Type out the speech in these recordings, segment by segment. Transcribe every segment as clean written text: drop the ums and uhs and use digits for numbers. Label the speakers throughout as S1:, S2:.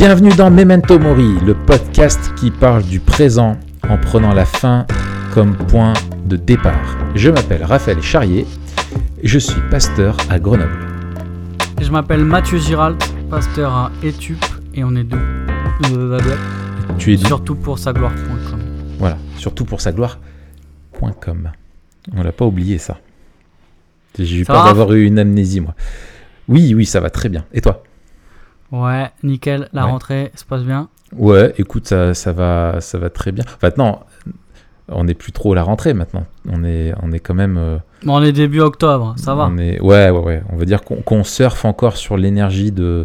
S1: Bienvenue dans Memento Mori, le podcast qui parle du présent en prenant la fin comme point de départ. Je m'appelle Raphaël Charrier et je suis pasteur à Grenoble.
S2: Je m'appelle Mathieu Giralt, pasteur à Etup et on est deux.
S1: Tu es d'où ?
S2: Surtout pour sagloire.com.
S1: Voilà, surtout pour sagloire.com. On l'a pas oublié ça. J'ai eu peur d'avoir eu une amnésie moi. Oui, ça va très bien. Et toi ?
S2: Ouais, nickel, la rentrée se passe bien.
S1: Ouais, écoute, ça va très bien. Enfin, non, on n'est plus trop à la rentrée maintenant. On est quand même.
S2: Bon, on est début octobre, ça va.
S1: Ouais. On va dire qu'on surfe encore sur l'énergie de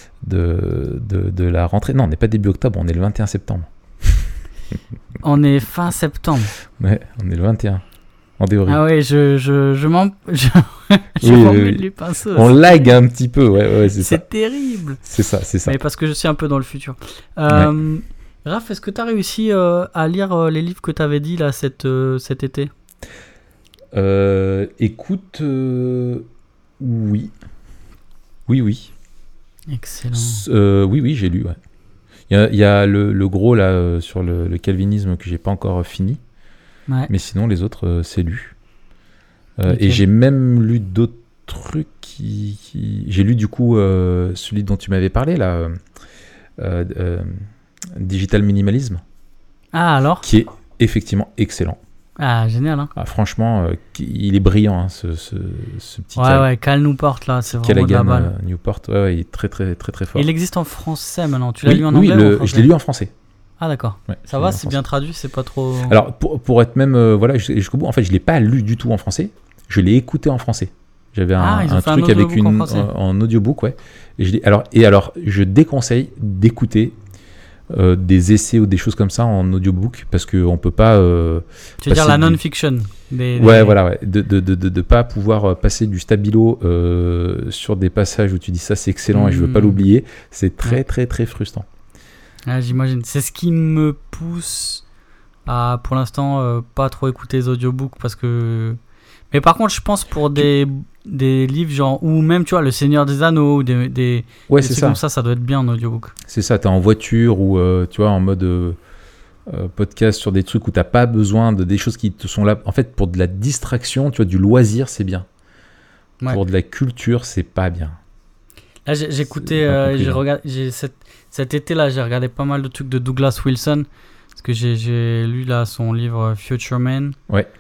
S1: la rentrée. Non, on n'est pas début octobre, on est le 21 septembre.
S2: On est fin septembre.
S1: Ouais, on est le 21. En théorie.
S2: Ah ouais, je m'en
S1: oui.
S2: les pinceaux.
S1: On lag un petit peu, ouais, c'est ça.
S2: C'est terrible.
S1: C'est ça.
S2: Mais parce que je suis un peu dans le futur. Raph, est-ce que tu as réussi à lire les livres que tu avais dit là cet été ?
S1: Écoute, oui.
S2: Excellent.
S1: Oui, j'ai lu, ouais. Il y a le gros là sur le calvinisme que j'ai pas encore fini.
S2: Ouais.
S1: Mais sinon, les autres, c'est lu. Et j'ai même lu d'autres trucs J'ai lu du coup celui dont tu m'avais parlé, là, Digital Minimalism.
S2: Ah, alors ?
S1: Qui est effectivement excellent.
S2: Ah, génial, hein.
S1: Ah, franchement, il est brillant, hein, ce petit
S2: Cal Newport, là, c'est vraiment de la balle.
S1: Newport, ouais, il est très, très, très, très fort.
S2: Il existe en français maintenant. Tu l'as lu en anglais ou en français ?
S1: Je l'ai lu en français.
S2: Ah d'accord,
S1: ouais,
S2: ça va, c'est bien traduit, c'est pas trop...
S1: Alors pour être même, jusqu'au bout, en fait je l'ai pas lu du tout en français, je l'ai écouté en français. J'avais un truc avec en audiobook, ouais. Et alors je déconseille d'écouter des essais ou des choses comme ça en audiobook, parce qu'on peut pas...
S2: tu veux dire la non-fiction
S1: Voilà, de pas pouvoir passer du stabilo sur des passages où tu dis ça c'est excellent et je veux pas l'oublier, c'est très très très frustrant.
S2: Ah, j'imagine. C'est ce qui me pousse à, pour l'instant, pas trop écouter les audiobooks parce que... Mais par contre, je pense pour des livres genre... Ou même, tu vois, Le Seigneur des Anneaux ou des trucs comme ça doit être bien en audiobook. C'est
S1: ça, t'es en voiture ou, tu vois, en mode podcast sur des trucs où t'as pas besoin de des choses qui te sont là. En fait, pour de la distraction, tu vois, du loisir, c'est bien. Ouais. Pour de la culture, c'est pas bien.
S2: Là, j'écoutais... Cet été-là, j'ai regardé pas mal de trucs de Douglas Wilson, parce que j'ai lu là son livre Future Man,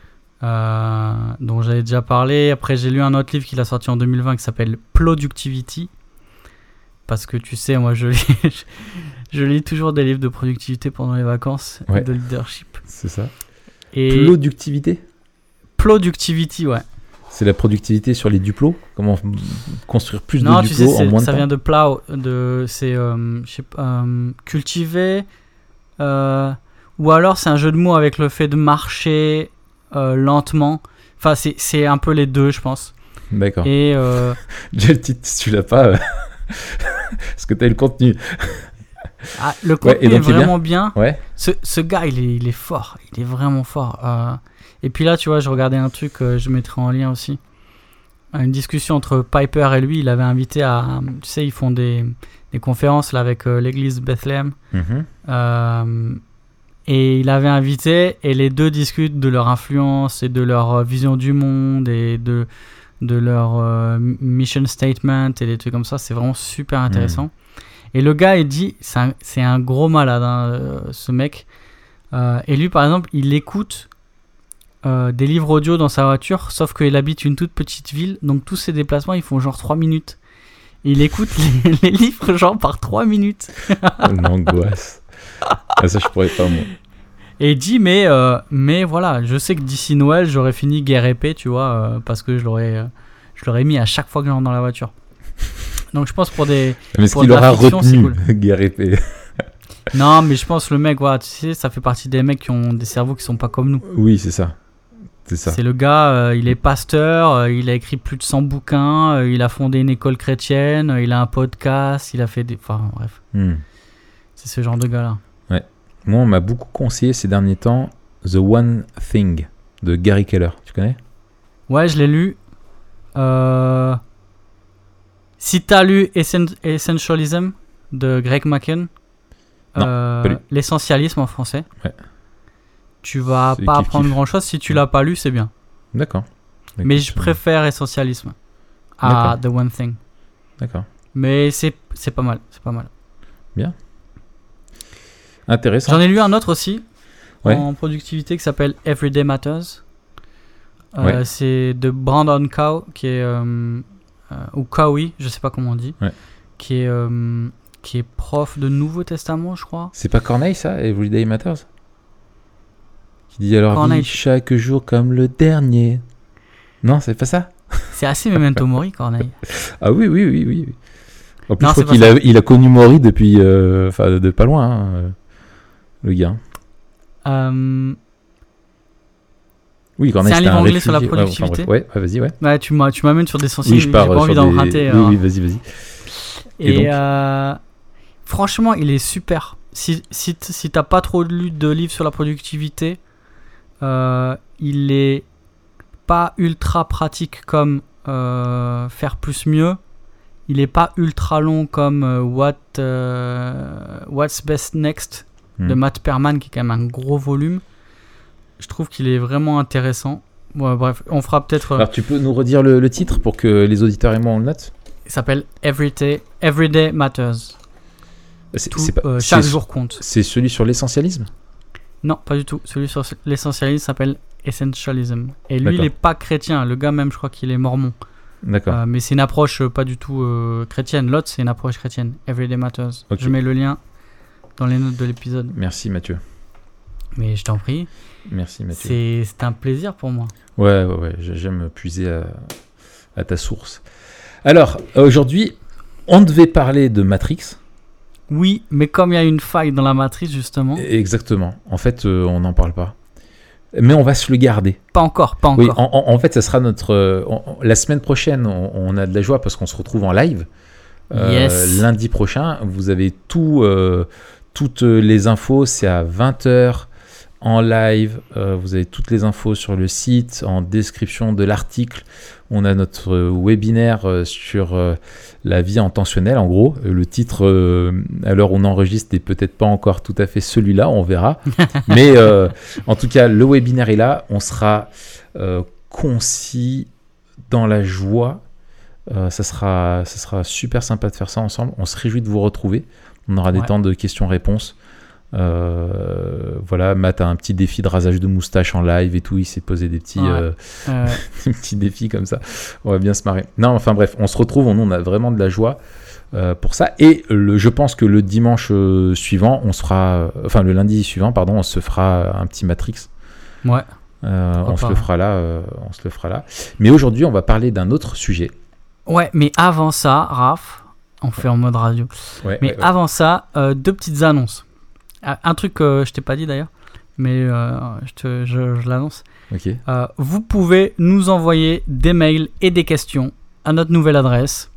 S2: dont j'avais déjà parlé. Après, j'ai lu un autre livre qu'il a sorti en 2020 qui s'appelle Productivity, parce que tu sais, moi, je lis toujours des livres de productivité pendant les vacances, et de leadership.
S1: C'est ça. Et
S2: Productivity, ouais.
S1: C'est la productivité sur les duplos ? Comment construire plus de duplos en moins de temps ?
S2: Ça vient de plow, c'est cultiver, ou alors c'est un jeu de mots avec le fait de marcher lentement. Enfin, c'est un peu les deux, je pense.
S1: D'accord.
S2: Et
S1: déjà le titre, si tu l'as pas, parce que tu as eu le contenu.
S2: Le contenu est vraiment bien.
S1: Ouais.
S2: Ce gars, il est fort. Il est vraiment fort. Et puis là, tu vois, je regardais un truc, je mettrai en lien aussi. Une discussion entre Piper et lui. Il avait invité à... Tu sais, ils font des conférences là, avec l'église Bethlehem. Et il avait invité, et les deux discutent de leur influence et de leur vision du monde et de leur mission statement et des trucs comme ça. C'est vraiment super intéressant. Et le gars, il dit... C'est un gros malade, hein, ce mec. Et lui, par exemple, il écoute... des livres audio dans sa voiture, sauf qu'il habite une toute petite ville, donc tous ses déplacements ils font genre 3 minutes. Et il écoute les livres genre par 3 minutes.
S1: L'angoisse. Ça je pourrais pas moi.
S2: Et il dit mais voilà, je sais que d'ici Noël j'aurais fini Guerre épée, tu vois, parce que je l'aurais mis à chaque fois que je rentre dans la voiture. Donc je pense pour des...
S1: Mais est-ce qu'il aura retenu cool. Guerre épée?
S2: Non, mais je pense le mec, voilà, tu sais, ça fait partie des mecs qui ont des cerveaux qui sont pas comme nous.
S1: Oui, c'est ça.
S2: C'est le gars, il est pasteur, il a écrit plus de 100 bouquins, il a fondé une école chrétienne, il a un podcast, il a fait des... Enfin, bref. C'est ce genre de gars-là.
S1: Ouais. Moi, on m'a beaucoup conseillé ces derniers temps The One Thing de Gary Keller. Tu connais ?
S2: Ouais, je l'ai lu. Si t'as lu Essentialism, de Greg McKeown. L'essentialisme en français.
S1: Ouais.
S2: Tu vas pas apprendre grand-chose. Si tu l'as pas lu, c'est bien.
S1: D'accord.
S2: Mais je préfère Essentialisme à The One Thing.
S1: D'accord.
S2: Mais c'est pas mal. C'est pas mal.
S1: Bien. Intéressant.
S2: J'en ai lu un autre aussi en productivité qui s'appelle Everyday Matters. C'est de Brandon Cow qui est ou Cowie, je sais pas comment on dit, qui est prof de Nouveau Testament, je crois.
S1: C'est pas Corneille ça, Everyday Matters, qui dit alors vie chaque jour comme le dernier. Non, c'est pas ça.
S2: C'est assez Memento Mori, Corneille.
S1: Ah oui. En plus, je crois qu'il a connu Mori depuis, de pas loin, le gars. Oui, Corneille,
S2: c'est un livre anglais sur la productivité.
S1: Vas-y.
S2: Ouais, tu m'amènes sur des sensibilités.
S1: Oui, j'ai pas envie d'emprunter. Oui, vas-y.
S2: Et franchement, il est super. Si t'as pas trop lu de livres sur la productivité, il est pas ultra pratique comme faire plus mieux. Il est pas ultra long comme What's Best Next de Matt Perman, qui est quand même un gros volume. Je trouve qu'il est vraiment intéressant. Ouais, bref, on fera peut-être...
S1: Alors, tu peux nous redire le titre pour que les auditeurs et moi on le note ?
S2: Il s'appelle Everyday Matters. Chaque jour compte.
S1: C'est celui sur l'essentialisme ?
S2: Non, pas du tout. Celui sur l'essentialisme s'appelle Essentialism. Et lui, il n'est pas chrétien. Le gars même, je crois qu'il est mormon.
S1: D'accord.
S2: Mais c'est une approche pas du tout chrétienne. L'autre, c'est une approche chrétienne. Everyday Matters. Okay. Je mets le lien dans les notes de l'épisode.
S1: Merci Mathieu.
S2: Mais je t'en prie.
S1: Merci Mathieu.
S2: C'est un plaisir pour moi.
S1: Ouais. J'aime puiser à ta source. Alors, aujourd'hui, on devait parler de Matrix.
S2: Oui, mais comme il y a une faille dans la matrice, justement.
S1: Exactement. En fait, on n'en parle pas. Mais on va se le garder.
S2: Pas encore.
S1: Oui, en fait, ça sera notre... la semaine prochaine, on a de la joie parce qu'on se retrouve en live.
S2: Yes.
S1: Lundi prochain, vous avez toutes les infos. C'est à 20h en live. Vous avez toutes les infos sur le site, en description de l'article. On a notre webinaire sur la vie en tensionnel, en gros. Le titre, à l'heure où on enregistre, n'est peut-être pas encore tout à fait celui-là, on verra. Mais en tout cas, le webinaire est là. On sera concis, dans la joie. Ça sera super sympa de faire ça ensemble. On se réjouit de vous retrouver. On aura des temps de questions-réponses. Voilà, Matt a un petit défi de rasage de moustache en live et tout, il s'est posé des petits des petits défis comme ça, on va bien se marrer. Non, enfin bref, on se retrouve, on a vraiment de la joie pour ça, et je pense que le dimanche suivant le lundi suivant, pardon, on se fera un petit Matrix. On se le fera là, mais aujourd'hui on va parler d'un autre sujet.
S2: Mais avant ça, Raph, on fait en mode radio, avant ça, 2 petites annonces. Un truc que je t'ai pas dit d'ailleurs, mais je l'annonce.
S1: Okay.
S2: Vous pouvez nous envoyer des mails et des questions à notre nouvelle adresse.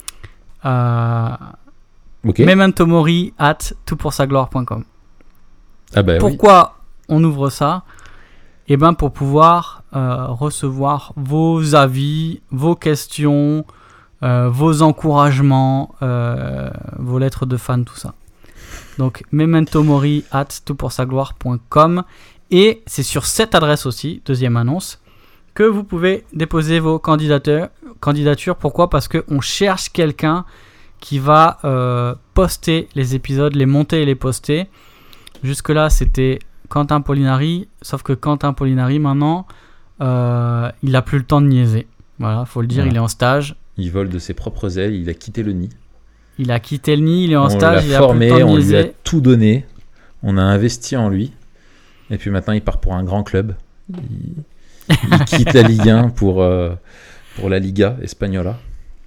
S2: mementomori@toutpoursagloire.com. Pourquoi on ouvre ça ? Pour pouvoir recevoir vos avis, vos questions, vos encouragements, vos lettres de fans, tout ça. Donc mementomori@toutpoursagloire.com, et c'est sur cette adresse aussi, deuxième annonce, que vous pouvez déposer vos candidatures. Pourquoi ? Parce qu'on cherche quelqu'un qui va poster les épisodes, les monter et les poster. Jusque-là, c'était Quentin Pollinari, sauf que Quentin Pollinari, maintenant, il n'a plus le temps de niaiser. Voilà, faut le dire, il est en stage.
S1: Il vole de ses propres ailes, il a quitté le nid.
S2: Il a quitté le nid, il est en stage, il a
S1: formé,
S2: plus le temps de
S1: on
S2: niaiser.
S1: lui a tout donné, on a investi en lui, et puis maintenant il part pour un grand club. Il quitte la Ligue 1 pour la Liga Espagnola.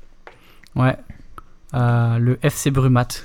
S2: Le FC Brumat.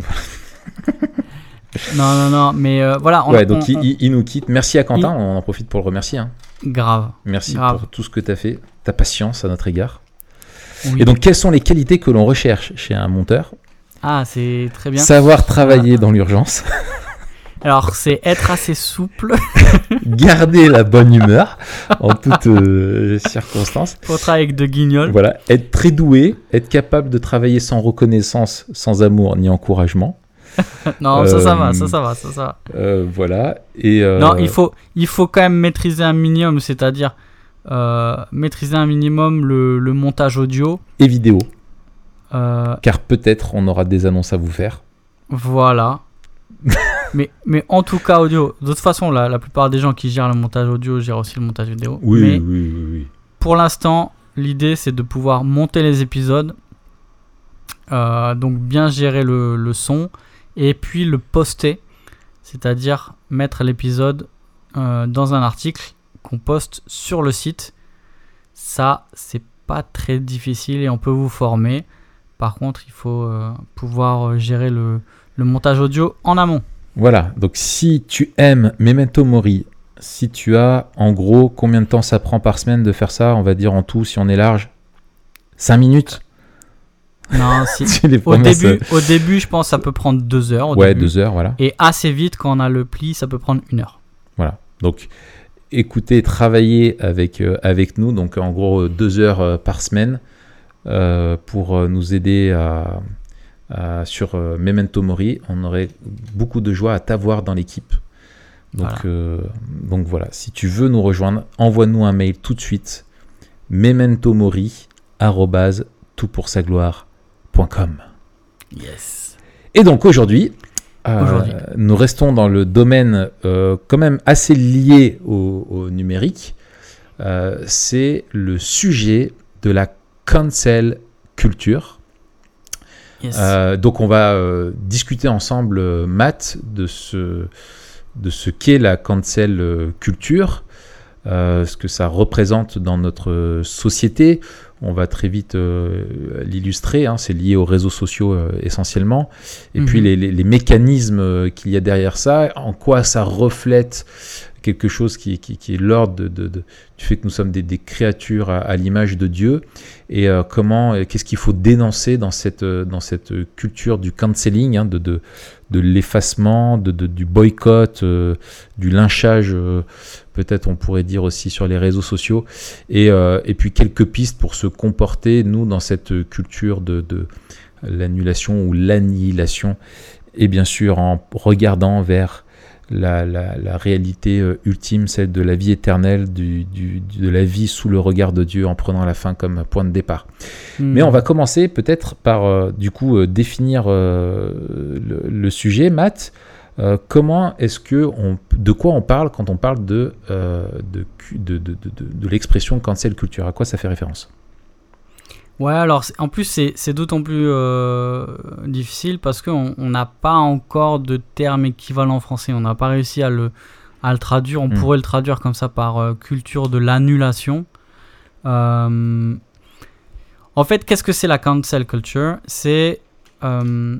S2: non, mais voilà.
S1: Il nous quitte. Merci à Quentin, on en profite pour le remercier.
S2: Grave.
S1: Merci pour tout ce que tu as fait, ta patience à notre égard.
S2: Oui.
S1: Et donc, quelles sont les qualités que l'on recherche chez un monteur ?
S2: C'est très bien.
S1: Savoir travailler dans l'urgence.
S2: Alors, c'est être assez souple.
S1: Garder la bonne humeur en toutes circonstances.
S2: Faut travailler avec de guignols.
S1: Voilà, être très doué, être capable de travailler sans reconnaissance, sans amour ni encouragement.
S2: Non, ça va.
S1: Voilà. Et
S2: non, il faut quand même maîtriser un minimum, c'est-à-dire maîtriser un minimum le montage audio.
S1: Et vidéo. Car peut-être on aura des annonces à vous faire.
S2: Voilà. mais en tout cas audio. De toute façon, la plupart des gens qui gèrent le montage audio gèrent aussi le montage vidéo.
S1: Oui.
S2: Pour l'instant, l'idée c'est de pouvoir monter les épisodes. Donc bien gérer le son. Et puis le poster, c'est-à-dire mettre l'épisode dans un article qu'on poste sur le site. Ça, c'est pas très difficile et on peut vous former. Par contre, il faut pouvoir gérer le montage audio en amont.
S1: Voilà, donc si tu aimes Memento Mori, si tu as en gros combien de temps ça prend par semaine de faire ça, on va dire en tout, si on est large, 5 minutes.
S2: Non, si. Au début, je pense que ça peut prendre 2 heures.
S1: 2 heures, voilà.
S2: Et assez vite, quand on a le pli, ça peut prendre 1 heure.
S1: Voilà. Donc, écoutez, travaillez avec nous. Donc, en gros, 2 heures par semaine pour nous aider sur Memento Mori. On aurait beaucoup de joie à t'avoir dans l'équipe. Donc voilà. Si tu veux nous rejoindre, envoie-nous un mail tout de suite. mementomori@toutpoursagloire.com.
S2: Yes.
S1: Et donc aujourd'hui, nous restons dans le domaine quand même assez lié au numérique. C'est le sujet de la cancel culture.
S2: Yes.
S1: Donc on va discuter ensemble, Matt, de ce qu'est la cancel culture, ce que ça représente dans notre société. On va très vite l'illustrer, hein, c'est lié aux réseaux sociaux essentiellement. Et puis les mécanismes qu'il y a derrière ça, en quoi ça reflète quelque chose qui est l'ordre du fait que nous sommes des créatures à l'image de Dieu, et qu'est-ce qu'il faut dénoncer dans cette culture du cancelling, hein, de l'effacement, du boycott, du lynchage, peut-être on pourrait dire aussi sur les réseaux sociaux, et puis quelques pistes pour se comporter, nous, dans cette culture de l'annulation ou l'annihilation, et bien sûr en regardant vers la réalité ultime, celle de la vie éternelle, de la vie sous le regard de Dieu, en prenant la fin comme point de départ. Mais on va commencer peut-être par définir le sujet. Matt, comment est-ce de quoi on parle quand on parle de l'expression cancel culture? À quoi ça fait référence?
S2: Ouais, alors en plus c'est d'autant plus difficile parce qu'on n'a pas encore de terme équivalent en français. On n'a pas réussi à le traduire. On pourrait le traduire comme ça par culture de l'annulation. En fait, qu'est-ce que c'est la cancel culture? C'est une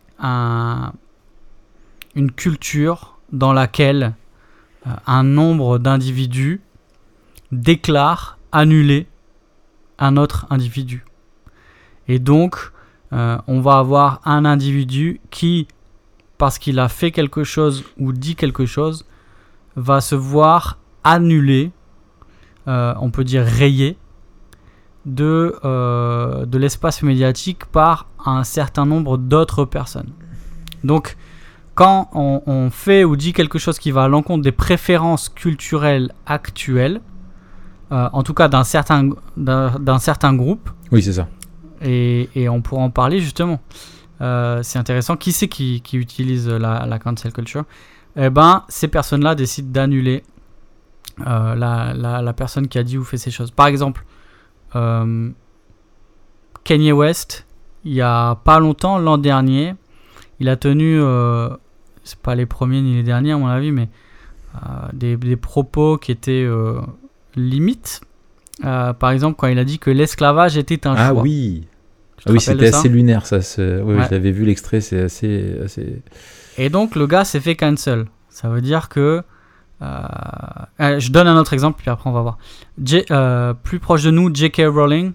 S2: culture dans laquelle un nombre d'individus déclarent annuler un autre individu. Et donc, on va avoir un individu qui, parce qu'il a fait quelque chose ou dit quelque chose, va se voir annuler, on peut dire rayé, de l'espace médiatique par un certain nombre d'autres personnes. Donc, quand on fait ou dit quelque chose qui va à l'encontre des préférences culturelles actuelles, en tout cas d'un certain groupe. Oui, c'est ça. Et on pourra en parler justement. C'est intéressant. Qui c'est qui utilise la cancel culture? Eh ben, ces personnes-là décident d'annuler la personne qui a dit ou fait ces choses. Par exemple, Kanye West, il y a pas longtemps, l'an dernier, il a tenu, c'est pas les premiers ni les derniers à mon avis, mais des propos qui étaient limite, par exemple quand il a dit que l'esclavage était un choix.
S1: Ah oui, c'était assez lunaire ça. Oui, ouais. Je l'avais vu l'extrait, c'est assez.
S2: Et donc le gars s'est fait cancel. Ça veut dire que je donne un autre exemple puis après on va voir. Plus proche de nous, J.K. Rowling,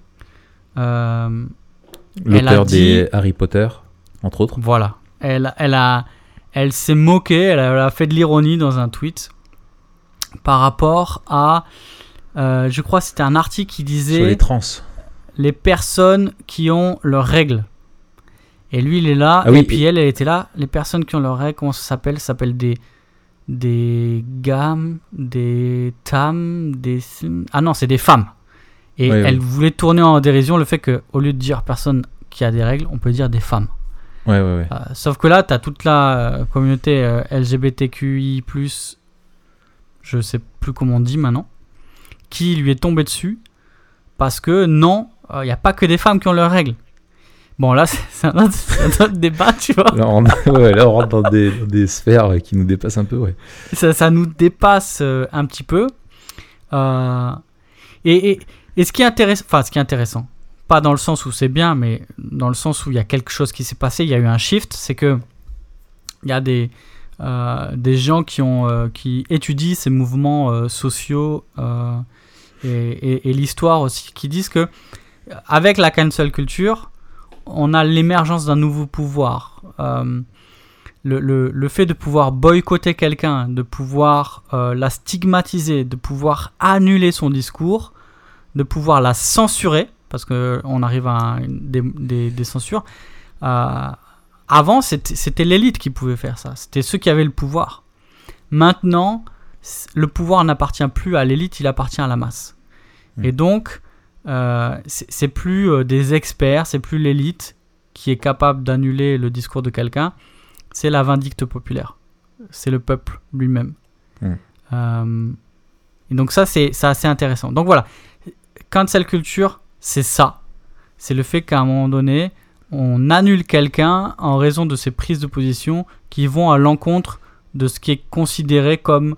S1: l'auteur des Harry Potter entre autres.
S2: Voilà, elle a elle s'est moquée, elle a fait de l'ironie dans un tweet par rapport à, je crois que c'était un article qui disait...
S1: Sur les trans.
S2: Les personnes qui ont leurs règles. Et lui, il est là, puis elle était là. Les personnes qui ont leurs règles, comment ça s'appelle ? Ça s'appelle des gammes, des tam, des... Ah non, c'est des femmes. Et elle voulait tourner en dérision le fait qu'au lieu de dire personne qui a des règles, on peut dire des femmes.
S1: Ouais.
S2: Sauf que là, tu as toute la communauté LGBTQI+, je sais plus comment on dit maintenant, qui lui est tombée dessus parce que non, il n'y a pas que des femmes qui ont leurs règles. Bon, là, c'est un autre débat, tu vois.
S1: Là, on rentre dans des sphères qui nous dépassent un peu, ouais.
S2: Ça nous dépasse un petit peu. Et ce qui est intéressant, pas dans le sens où c'est bien, mais dans le sens où il y a quelque chose qui s'est passé, il y a eu un shift, c'est que il y a des gens qui étudient ces mouvements sociaux et l'histoire aussi, qui disent que avec la cancel culture, on a l'émergence d'un nouveau pouvoir. Le fait de pouvoir boycotter quelqu'un, de pouvoir la stigmatiser, de pouvoir annuler son discours, de pouvoir la censurer, parce qu'on arrive à des censures. Avant, c'était l'élite qui pouvait faire ça. C'était ceux qui avaient le pouvoir. Maintenant, le pouvoir n'appartient plus à l'élite, il appartient à la masse. Et donc, c'est plus des experts, c'est plus l'élite qui est capable d'annuler le discours de quelqu'un, c'est la vindicte populaire. C'est le peuple lui-même. Et donc ça, c'est assez intéressant. Donc voilà, cancel culture, c'est ça. C'est le fait qu'à un moment donné, on annule quelqu'un en raison de ses prises de position qui vont à l'encontre de ce qui est considéré comme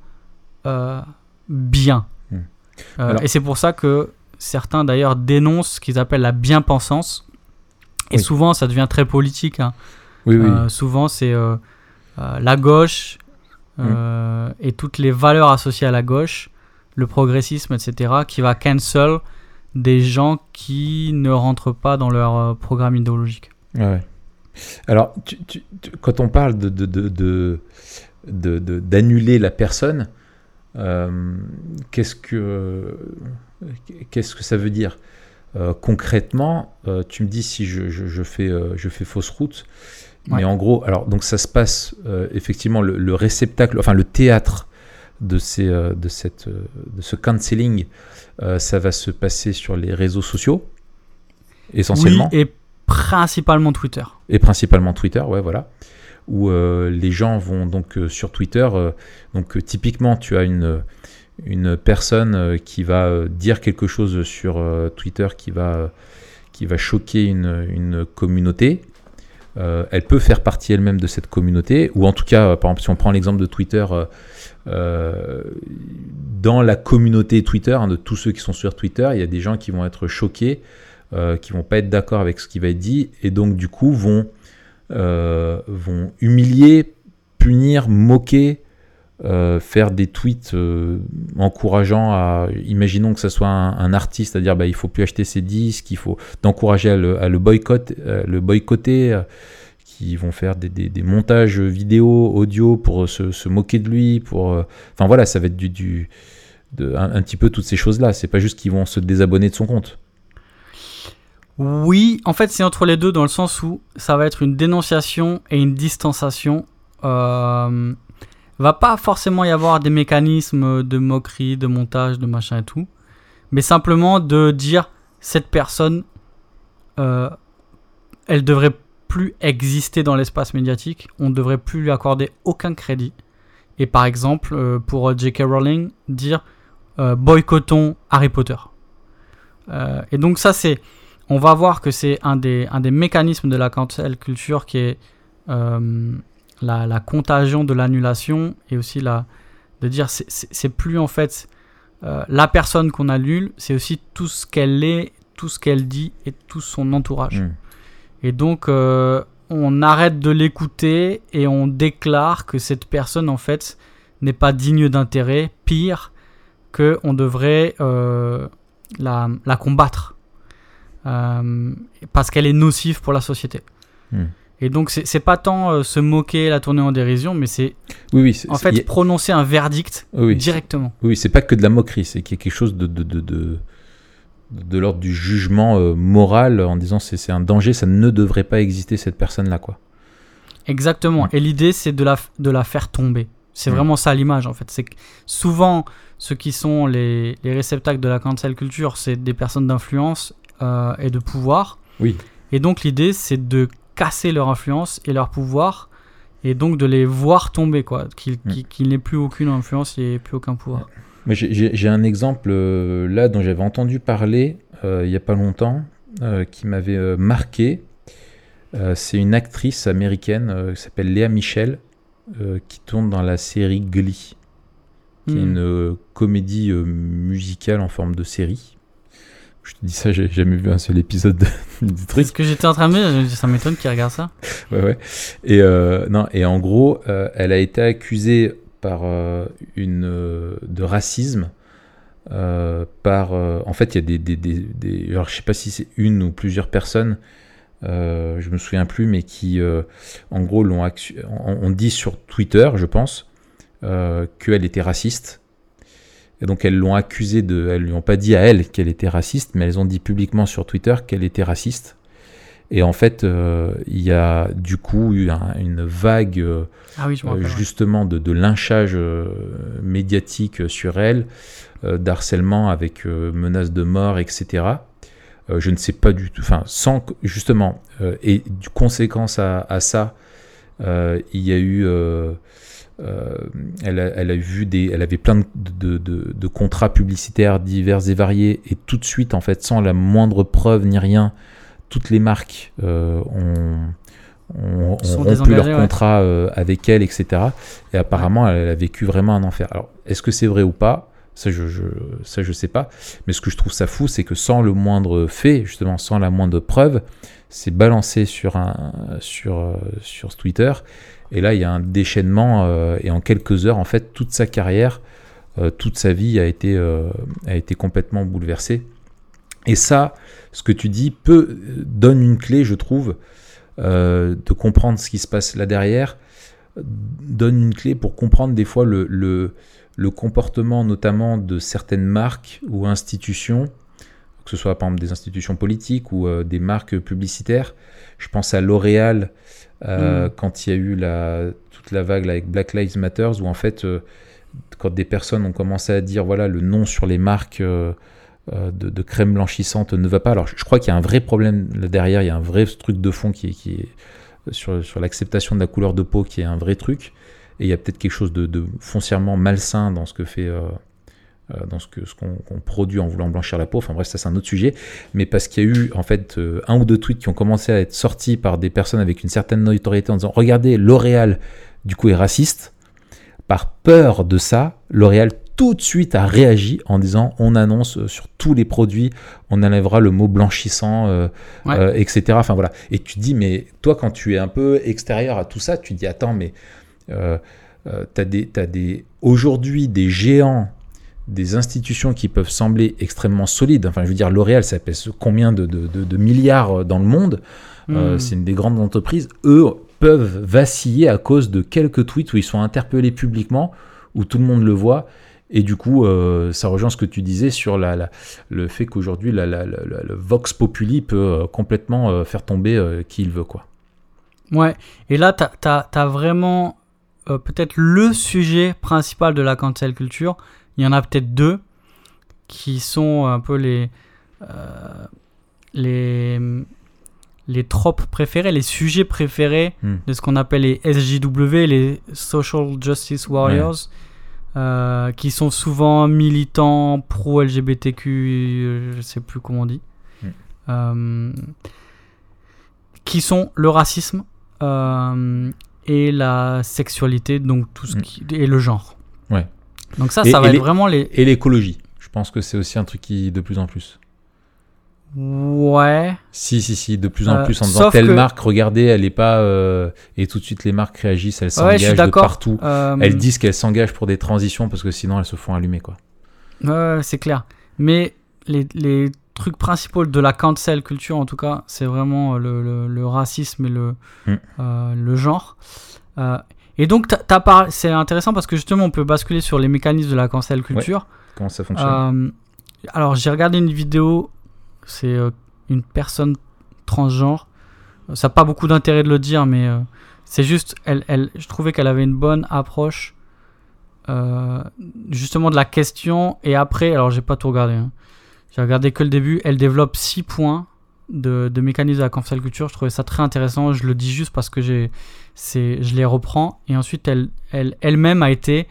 S2: bien. Et c'est pour ça que certains d'ailleurs dénoncent ce qu'ils appellent la bien-pensance. Et souvent, ça devient très politique. Hein. Souvent, c'est la gauche et toutes les valeurs associées à la gauche, le progressisme, etc., qui va cancel des gens qui ne rentrent pas dans leur programme idéologique.
S1: Ouais. Alors, quand on parle d'annuler la personne, qu'est-ce que ça veut dire concrètement? Tu me dis si je fais fausse route, mais en gros, alors donc ça se passe effectivement le réceptacle, enfin le théâtre de ce cancelling, ça va se passer sur les réseaux sociaux essentiellement.
S2: Oui, et principalement Twitter.
S1: Ouais, voilà. Où les gens vont donc sur Twitter. Donc typiquement, tu as une personne qui va dire quelque chose sur Twitter qui va choquer une communauté. Elle peut faire partie elle-même de cette communauté, ou en tout cas, par exemple, si on prend l'exemple de Twitter, dans la communauté Twitter, de tous ceux qui sont sur Twitter, il y a des gens qui vont être choqués, qui vont pas être d'accord avec ce qui va être dit, et donc du coup vont humilier, punir, moquer, faire des tweets encourageant à, imaginons que ce soit un artiste, à dire il faut plus acheter ses disques, il faut d'encourager à le boycotter, qui vont faire des montages vidéo, audio pour se moquer de lui, enfin voilà, ça va être un petit peu toutes ces choses-là. C'est pas juste qu'ils vont se désabonner de son compte.
S2: Oui, en fait, c'est entre les deux, dans le sens où ça va être une dénonciation et une distanciation. Va pas forcément y avoir des mécanismes de moquerie, de montage, de machin et tout, mais simplement de dire cette personne, elle devrait plus exister dans l'espace médiatique, on ne devrait plus lui accorder aucun crédit. Et par exemple, pour J.K. Rowling, dire boycottons Harry Potter. Et donc ça, on va voir que c'est un des mécanismes de la cancel culture qui est la contagion de l'annulation, et aussi de dire c'est plus en fait la personne qu'on annule, c'est aussi tout ce qu'elle est, tout ce qu'elle dit et tout son entourage. Et donc on arrête de l'écouter et on déclare que cette personne en fait n'est pas digne d'intérêt, pire, qu'on devrait la combattre parce qu'elle est nocive pour la société. Et donc, c'est pas tant se moquer, la tourner en dérision, mais c'est en fait prononcer un verdict directement.
S1: Oui, c'est pas que de la moquerie, c'est qu'il y a quelque chose de l'ordre du jugement moral en disant c'est un danger, ça ne devrait pas exister cette personne-là, quoi.
S2: Exactement. Et l'idée, c'est de la faire tomber. C'est vraiment ça l'image, en fait. C'est que souvent, ceux qui sont les réceptacles de la cancel culture, c'est des personnes d'influence et de pouvoir.
S1: Oui. Et
S2: donc, l'idée, c'est de casser leur influence et leur pouvoir, et donc de les voir tomber, quoi. Qu'il n'ait plus aucune influence et plus aucun pouvoir.
S1: Mais j'ai un exemple là dont j'avais entendu parler il n'y a pas longtemps, qui m'avait marqué. C'est une actrice américaine qui s'appelle Léa Michel, qui tourne dans la série Glee, qui est une comédie musicale en forme de série. Je te dis ça, j'ai jamais vu un seul épisode du truc.
S2: C'est ce que j'étais en train de me dire, ça m'étonne qu'il regarde ça.
S1: Ouais. Et en gros, elle a été accusée de racisme en fait, il y a alors je sais pas si c'est une ou plusieurs personnes, je me souviens plus, mais qui en gros on dit sur Twitter, je pense, qu'elle était raciste. Et donc elles l'ont accusée elles lui ont pas dit à elle qu'elle était raciste, mais elles ont dit publiquement sur Twitter qu'elle était raciste. Et en fait, il y a du coup eu une vague justement de lynchage médiatique sur elle, d'harcèlement avec menaces de mort, etc. Je ne sais pas du tout, sans justement, et du conséquence à ça, il y a eu, elle avait plein de contrats publicitaires divers et variés, et tout de suite, en fait, sans la moindre preuve ni rien, toutes les marques ont rompu leur contrat avec elle, etc. Et apparemment, elle a vécu vraiment un enfer. Alors, est-ce que c'est vrai ou pas ? Ça, je sais pas. Mais ce que je trouve ça fou, c'est que sans le moindre fait, justement, sans la moindre preuve, c'est balancé sur Twitter. Et là, il y a un déchaînement. Et en quelques heures, en fait, toute sa carrière, toute sa vie a été complètement bouleversée. Et ça, ce que tu dis, donne une clé, je trouve, de comprendre ce qui se passe là derrière, donne une clé pour comprendre des fois le comportement notamment de certaines marques ou institutions, que ce soit par exemple des institutions politiques ou des marques publicitaires. Je pense à L'Oréal, quand il y a eu toute la vague là, avec Black Lives Matter, où en fait, quand des personnes ont commencé à dire voilà, le nom sur les marques de crème blanchissante ne va pas. Alors je crois qu'il y a un vrai problème là derrière, il y a un vrai truc de fond qui est sur l'acceptation de la couleur de peau, qui est un vrai truc. Et il y a peut-être quelque chose de foncièrement malsain dans ce que fait, dans ce qu'on produit en voulant blanchir la peau. Enfin bref, ça c'est un autre sujet. Mais parce qu'il y a eu en fait un ou deux tweets qui ont commencé à être sortis par des personnes avec une certaine notoriété en disant regardez, L'Oréal du coup est raciste. Par peur de ça, L'Oréal tout de suite a réagi en disant on annonce sur tous les produits, on enlèvera le mot blanchissant, etc. Enfin voilà. Et tu te dis mais toi quand tu es un peu extérieur à tout ça, tu te dis attends mais t'as aujourd'hui des géants, des institutions qui peuvent sembler extrêmement solides. Enfin, je veux dire, L'Oréal, ça pèse combien de milliards dans le monde. C'est une des grandes entreprises. Eux peuvent vaciller à cause de quelques tweets où ils sont interpellés publiquement, où tout le monde le voit. Et du coup, ça rejoint ce que tu disais sur le fait qu'aujourd'hui, le Vox Populi peut complètement faire tomber qui il veut, quoi.
S2: Ouais, et là, t'as vraiment peut-être le sujet principal de la cancel culture. Il y en a peut-être deux qui sont un peu les tropes préférés, les sujets préférés de ce qu'on appelle les SJW, les Social Justice Warriors, qui sont souvent militants pro-LGBTQ, je sais plus comment on dit, qui sont le racisme et la sexualité, donc tout ce qui et le genre.
S1: Ouais.
S2: Donc ça va être vraiment
S1: et l'écologie. Je pense que c'est aussi un truc qui de plus en plus.
S2: Ouais.
S1: Si, de plus en plus en disant telle marque, regardez, elle est pas et tout de suite les marques réagissent, elles s'engagent de partout. Elles disent qu'elles s'engagent pour des transitions parce que sinon elles se font allumer, quoi.
S2: C'est clair. Mais les trucs principaux de la cancel culture, en tout cas, c'est vraiment le racisme et le genre. Et donc, c'est intéressant parce que justement, on peut basculer sur les mécanismes de la cancel culture.
S1: Ouais. Comment ça fonctionne?
S2: Alors, j'ai regardé une vidéo, c'est une personne transgenre. Ça n'a pas beaucoup d'intérêt de le dire, mais c'est juste, je trouvais qu'elle avait une bonne approche justement de la question. Et après, alors j'ai pas tout regardé, hein. J'ai regardé que le début. Elle développe 6 points de mécanisme de la cancel culture. Je trouvais ça très intéressant. Je le dis juste parce que je les reprends. Et ensuite, elle-même a été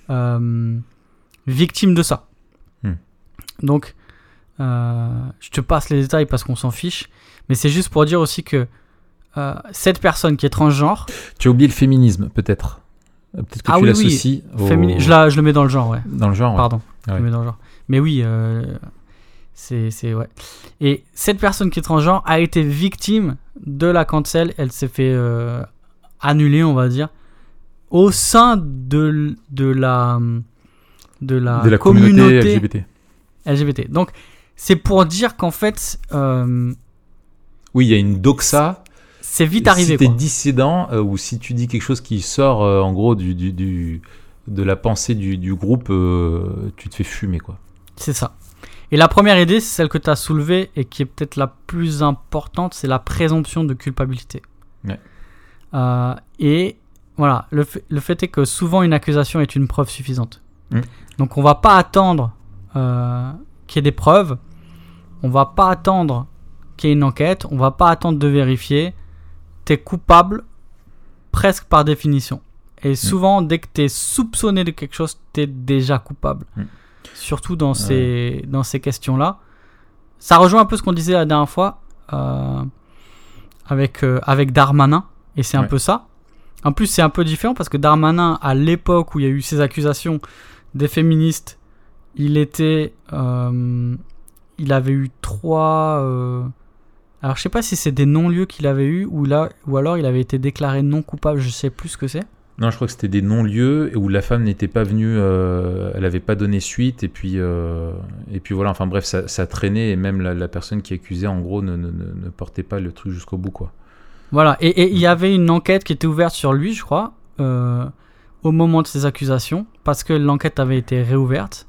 S2: victime de ça. Donc, je te passe les détails parce qu'on s'en fiche. Mais c'est juste pour dire aussi que cette personne qui est transgenre...
S1: Tu as oublié le féminisme, peut-être. Peut-être que tu l'associes au...
S2: Je le mets dans le genre, ouais.
S1: Dans le genre,
S2: pardon.
S1: Ouais.
S2: Je le mets dans le genre. Mais oui, ouais. Et cette personne qui est transgenre a été victime de la cancel. Elle s'est fait annuler, on va dire, au sein de la communauté LGBT. Donc, c'est pour dire qu'en fait...
S1: oui, il y a une doxa.
S2: C'est vite arrivé.
S1: Si t'es dissident ou si tu dis quelque chose qui sort en gros de la pensée du groupe, tu te fais fumer, quoi. C'est
S2: ça. Et la première idée, c'est celle que tu as soulevée et qui est peut-être la plus importante, c'est la présomption de culpabilité.
S1: Ouais.
S2: Et voilà, le fait est que souvent une accusation est une preuve suffisante. Donc on va pas attendre qu'il y ait des preuves, on va pas attendre qu'il y ait une enquête, on va pas attendre de vérifier. T'es coupable presque par définition. Et souvent, dès que t'es soupçonné de quelque chose, t'es déjà coupable. Surtout dans ces questions-là. Ça rejoint un peu ce qu'on disait la dernière fois avec Darmanin. Et c'est un peu ça. En plus, c'est un peu différent parce que Darmanin, à l'époque où il y a eu ces accusations des féministes, il avait eu 3... alors, je sais pas si c'est des non-lieux qu'il avait eu ou alors il avait été déclaré non coupable, je sais plus ce que c'est.
S1: Non, je crois que c'était des non-lieux où la femme n'était pas venue, elle avait pas donné suite et puis voilà, enfin bref, ça traînait et même la personne qui accusait en gros ne portait pas le truc jusqu'au bout, quoi.
S2: Voilà, et il y avait une enquête qui était ouverte sur lui, je crois, au moment de ces accusations, parce que l'enquête avait été réouverte,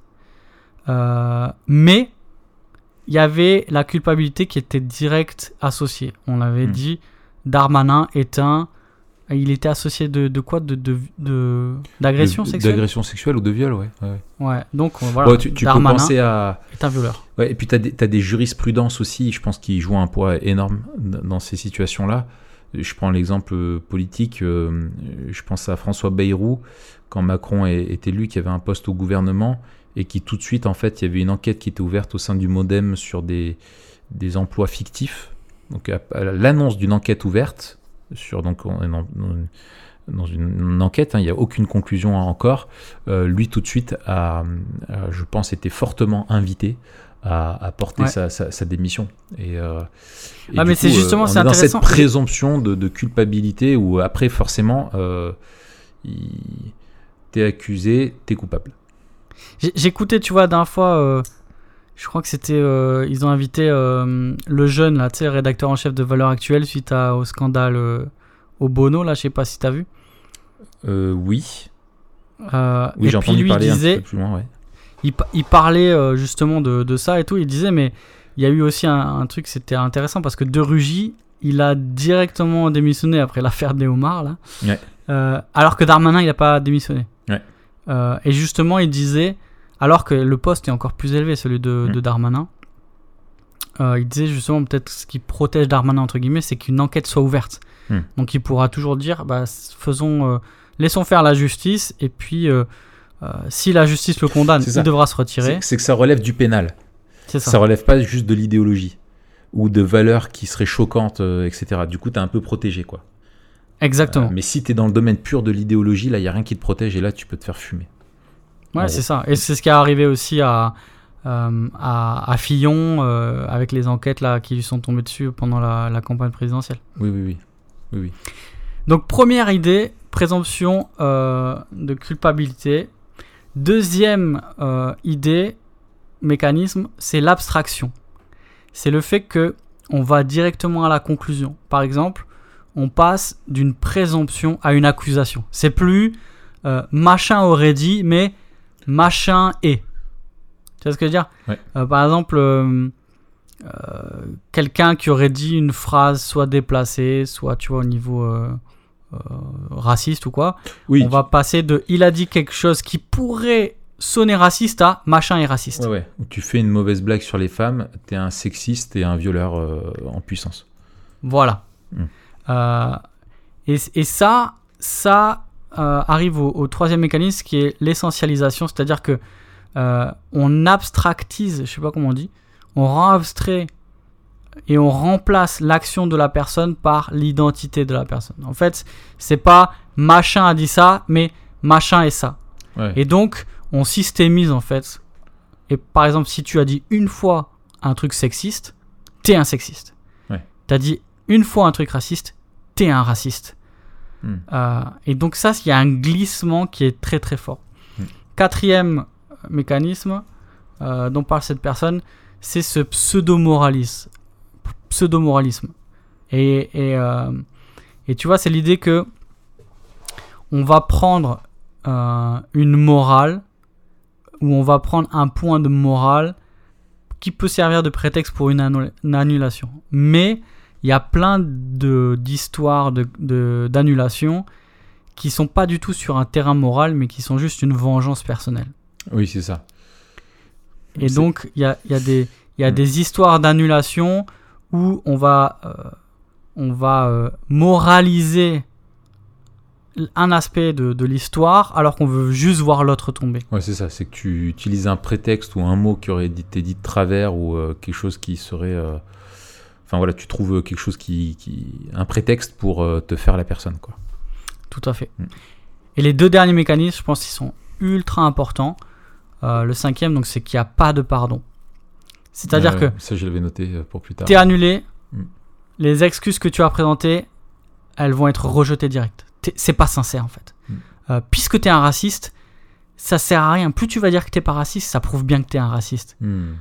S2: mais il y avait la culpabilité qui était directe associée. On l'avait dit, Darmanin il était associé de quoi, d'agression sexuelle.
S1: D'agression sexuelle ou de viol, ouais.
S2: Ouais, donc voilà.
S1: Tu peux penser
S2: est un violeur.
S1: Ouais, et puis t'as des jurisprudences aussi, je pense, qui jouent un poids énorme dans ces situations-là. Je prends l'exemple politique, je pense à François Bayrou, quand Macron est élu, qui avait un poste au gouvernement, et qui tout de suite, en fait, il y avait une enquête qui était ouverte au sein du MoDem sur des emplois fictifs. Donc, à l'annonce d'une enquête ouverte, donc on est dans une enquête, il n'y a aucune conclusion encore, lui tout de suite je pense, été fortement invité à porter sa démission.
S2: Mais c'est justement, c'est
S1: dans
S2: intéressant.
S1: Cette présomption de culpabilité où après, forcément, t'es accusé, t'es coupable.
S2: J'écoutais, tu vois, d'un fois, je crois que c'était, ils ont invité le jeune, là, tu sais, rédacteur en chef de Valeurs Actuelles suite au scandale au Bono, là, je sais pas si t'as vu.
S1: Oui.
S2: Oui,
S1: j'ai entendu parler un petit peu plus loin, ouais.
S2: Il parlait justement de ça et tout. Il disait, mais il y a eu aussi un truc, c'était intéressant parce que De Rugy, il a directement démissionné après l'affaire Neomar, là.
S1: Ouais.
S2: Alors que Darmanin, il n'a pas démissionné.
S1: Ouais.
S2: Et justement, il disait, alors que le poste est encore plus élevé, celui de Darmanin, il disait justement, peut-être ce qui protège Darmanin, entre guillemets, c'est qu'une enquête soit ouverte. Donc il pourra toujours dire, laissons faire la justice, et puis si la justice le condamne, il devra se retirer.
S1: C'est que ça relève du pénal.
S2: C'est ça.
S1: Ça relève pas juste de l'idéologie ou de valeurs qui seraient choquantes, etc. Du coup, t'es un peu protégé, quoi.
S2: Exactement.
S1: Mais si t'es dans le domaine pur de l'idéologie, là, il y a rien qui te protège et là, tu peux te faire fumer.
S2: Ouais, c'est ça. Et c'est ce qui est arrivé aussi à Fillon avec les enquêtes là qui lui sont tombées dessus pendant la campagne présidentielle.
S1: Oui.
S2: Donc première idée, présomption de culpabilité. Deuxième idée, mécanisme, c'est l'abstraction. c'est le fait qu'on va directement à la conclusion. Par exemple, on passe d'une présomption à une accusation. C'est plus machin aurait dit, mais machin est. Tu vois ce que je veux dire ?
S1: Ouais.
S2: Par exemple, quelqu'un qui aurait dit une phrase soit déplacée, soit tu vois au niveau raciste ou quoi.
S1: Oui,
S2: on va passer de il a dit quelque chose qui pourrait sonner raciste à machin est raciste.
S1: Ouais. Tu fais une mauvaise blague sur les femmes, t'es un sexiste et un violeur en puissance.
S2: Voilà. Et ça arrive au troisième mécanisme qui est l'essentialisation, c'est-à-dire que on abstractise, je sais pas comment on dit, on rend abstrait et on remplace l'action de la personne par l'identité de la personne. En fait, c'est pas machin a dit ça, mais machin est ça.
S1: Ouais.
S2: Et donc, on systémise en fait. Et par exemple, si tu as dit une fois un truc sexiste, t'es un sexiste.
S1: Ouais.
S2: T'as dit une fois un truc raciste, t'es un raciste. Et donc ça, il y a un glissement qui est très très fort. Quatrième mécanisme dont parle cette personne, c'est ce pseudo-moralisme. Et tu vois, c'est l'idée que on va prendre une morale, ou on va prendre un point de morale qui peut servir de prétexte pour une annulation. Mais il y a plein d'histoires d'annulation qui sont pas du tout sur un terrain moral, mais qui sont juste une vengeance personnelle.
S1: Oui, c'est ça.
S2: Et donc, il y a des histoires d'annulation où on va moraliser un aspect de l'histoire alors qu'on veut juste voir l'autre tomber.
S1: Ouais, c'est ça. C'est que tu utilises un prétexte ou un mot qui aurait été dit de travers ou quelque chose qui serait... Enfin voilà, tu trouves quelque chose un prétexte pour te faire la personne, quoi.
S2: Tout à fait. Et les deux derniers mécanismes, je pense qu'ils sont ultra importants. Le cinquième, donc, c'est qu'il n'y a pas de pardon. C'est-à-dire que...
S1: Ça, je l'avais noté pour plus tard.
S2: T'es annulé, les excuses que tu as présentées, elles vont être rejetées direct. C'est pas sincère, en fait. Puisque t'es un raciste, ça sert à rien. Plus tu vas dire que t'es pas raciste, ça prouve bien que t'es un raciste.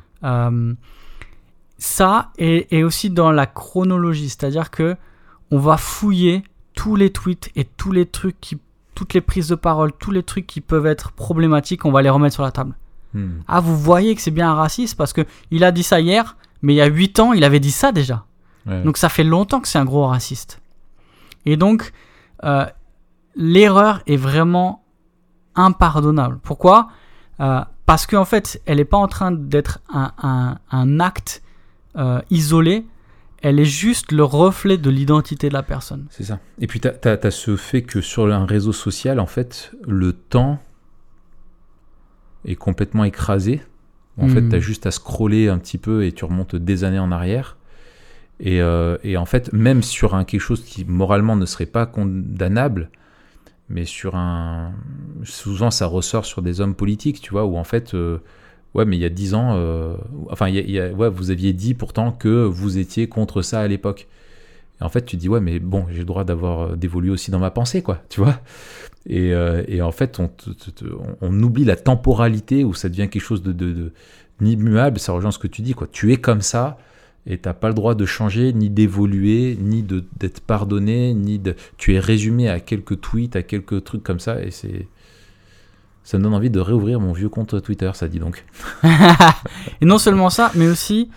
S2: Ça, et aussi dans la chronologie, c'est-à-dire que on va fouiller tous les tweets et tous les trucs toutes les prises de parole, tous les trucs qui peuvent être problématiques, on va les remettre sur la table. Ah, vous voyez que c'est bien un raciste parce que il a dit ça hier, mais il y a 8 ans, il avait dit ça déjà. Ouais. Donc ça fait longtemps que c'est un gros raciste. Et donc, l'erreur est vraiment impardonnable. Pourquoi ? Parce qu'en fait, elle n'est pas en train d'être un acte isolé, elle est juste le reflet de l'identité de la personne.
S1: C'est ça. Et puis, t'as ce fait que sur un réseau social, en fait, le temps est complètement écrasé. En fait, t'as juste à scroller un petit peu et tu remontes des années en arrière. Et en fait, même sur quelque chose qui moralement ne serait pas condamnable, mais souvent ça ressort sur des hommes politiques, tu vois, où en fait, ouais, mais il y a 10 ans, vous aviez dit pourtant que vous étiez contre ça à l'époque. Et en fait, tu dis, ouais, mais bon, j'ai le droit d'évoluer aussi dans ma pensée, quoi, tu vois. Et en fait, on oublie la temporalité où ça devient quelque chose d'immuable. Ça rejoint ce que tu dis, quoi. Tu es comme ça. Et t'as pas le droit de changer, ni d'évoluer, ni d'être pardonné, tu es résumé à quelques tweets, à quelques trucs comme ça, et ça me donne envie de réouvrir mon vieux compte Twitter, ça dit donc.
S2: Et non seulement ça, mais aussi,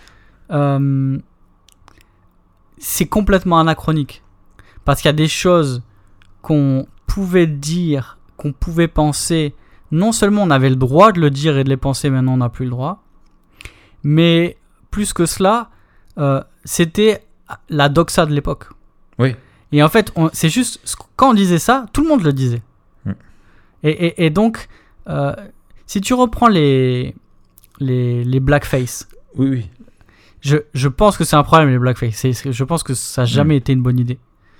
S2: c'est complètement anachronique. Parce qu'il y a des choses qu'on pouvait dire, qu'on pouvait penser, non seulement on avait le droit de le dire et de les penser, maintenant on n'a plus le droit, mais plus que cela, c'était la doxa de l'époque.
S1: Oui.
S2: Et en fait, c'est juste, quand on disait ça, tout le monde le disait. Et donc, si tu reprends les blackface,
S1: oui.
S2: Je pense que c'est un problème, les blackface. Je pense que ça n'a jamais été une bonne idée.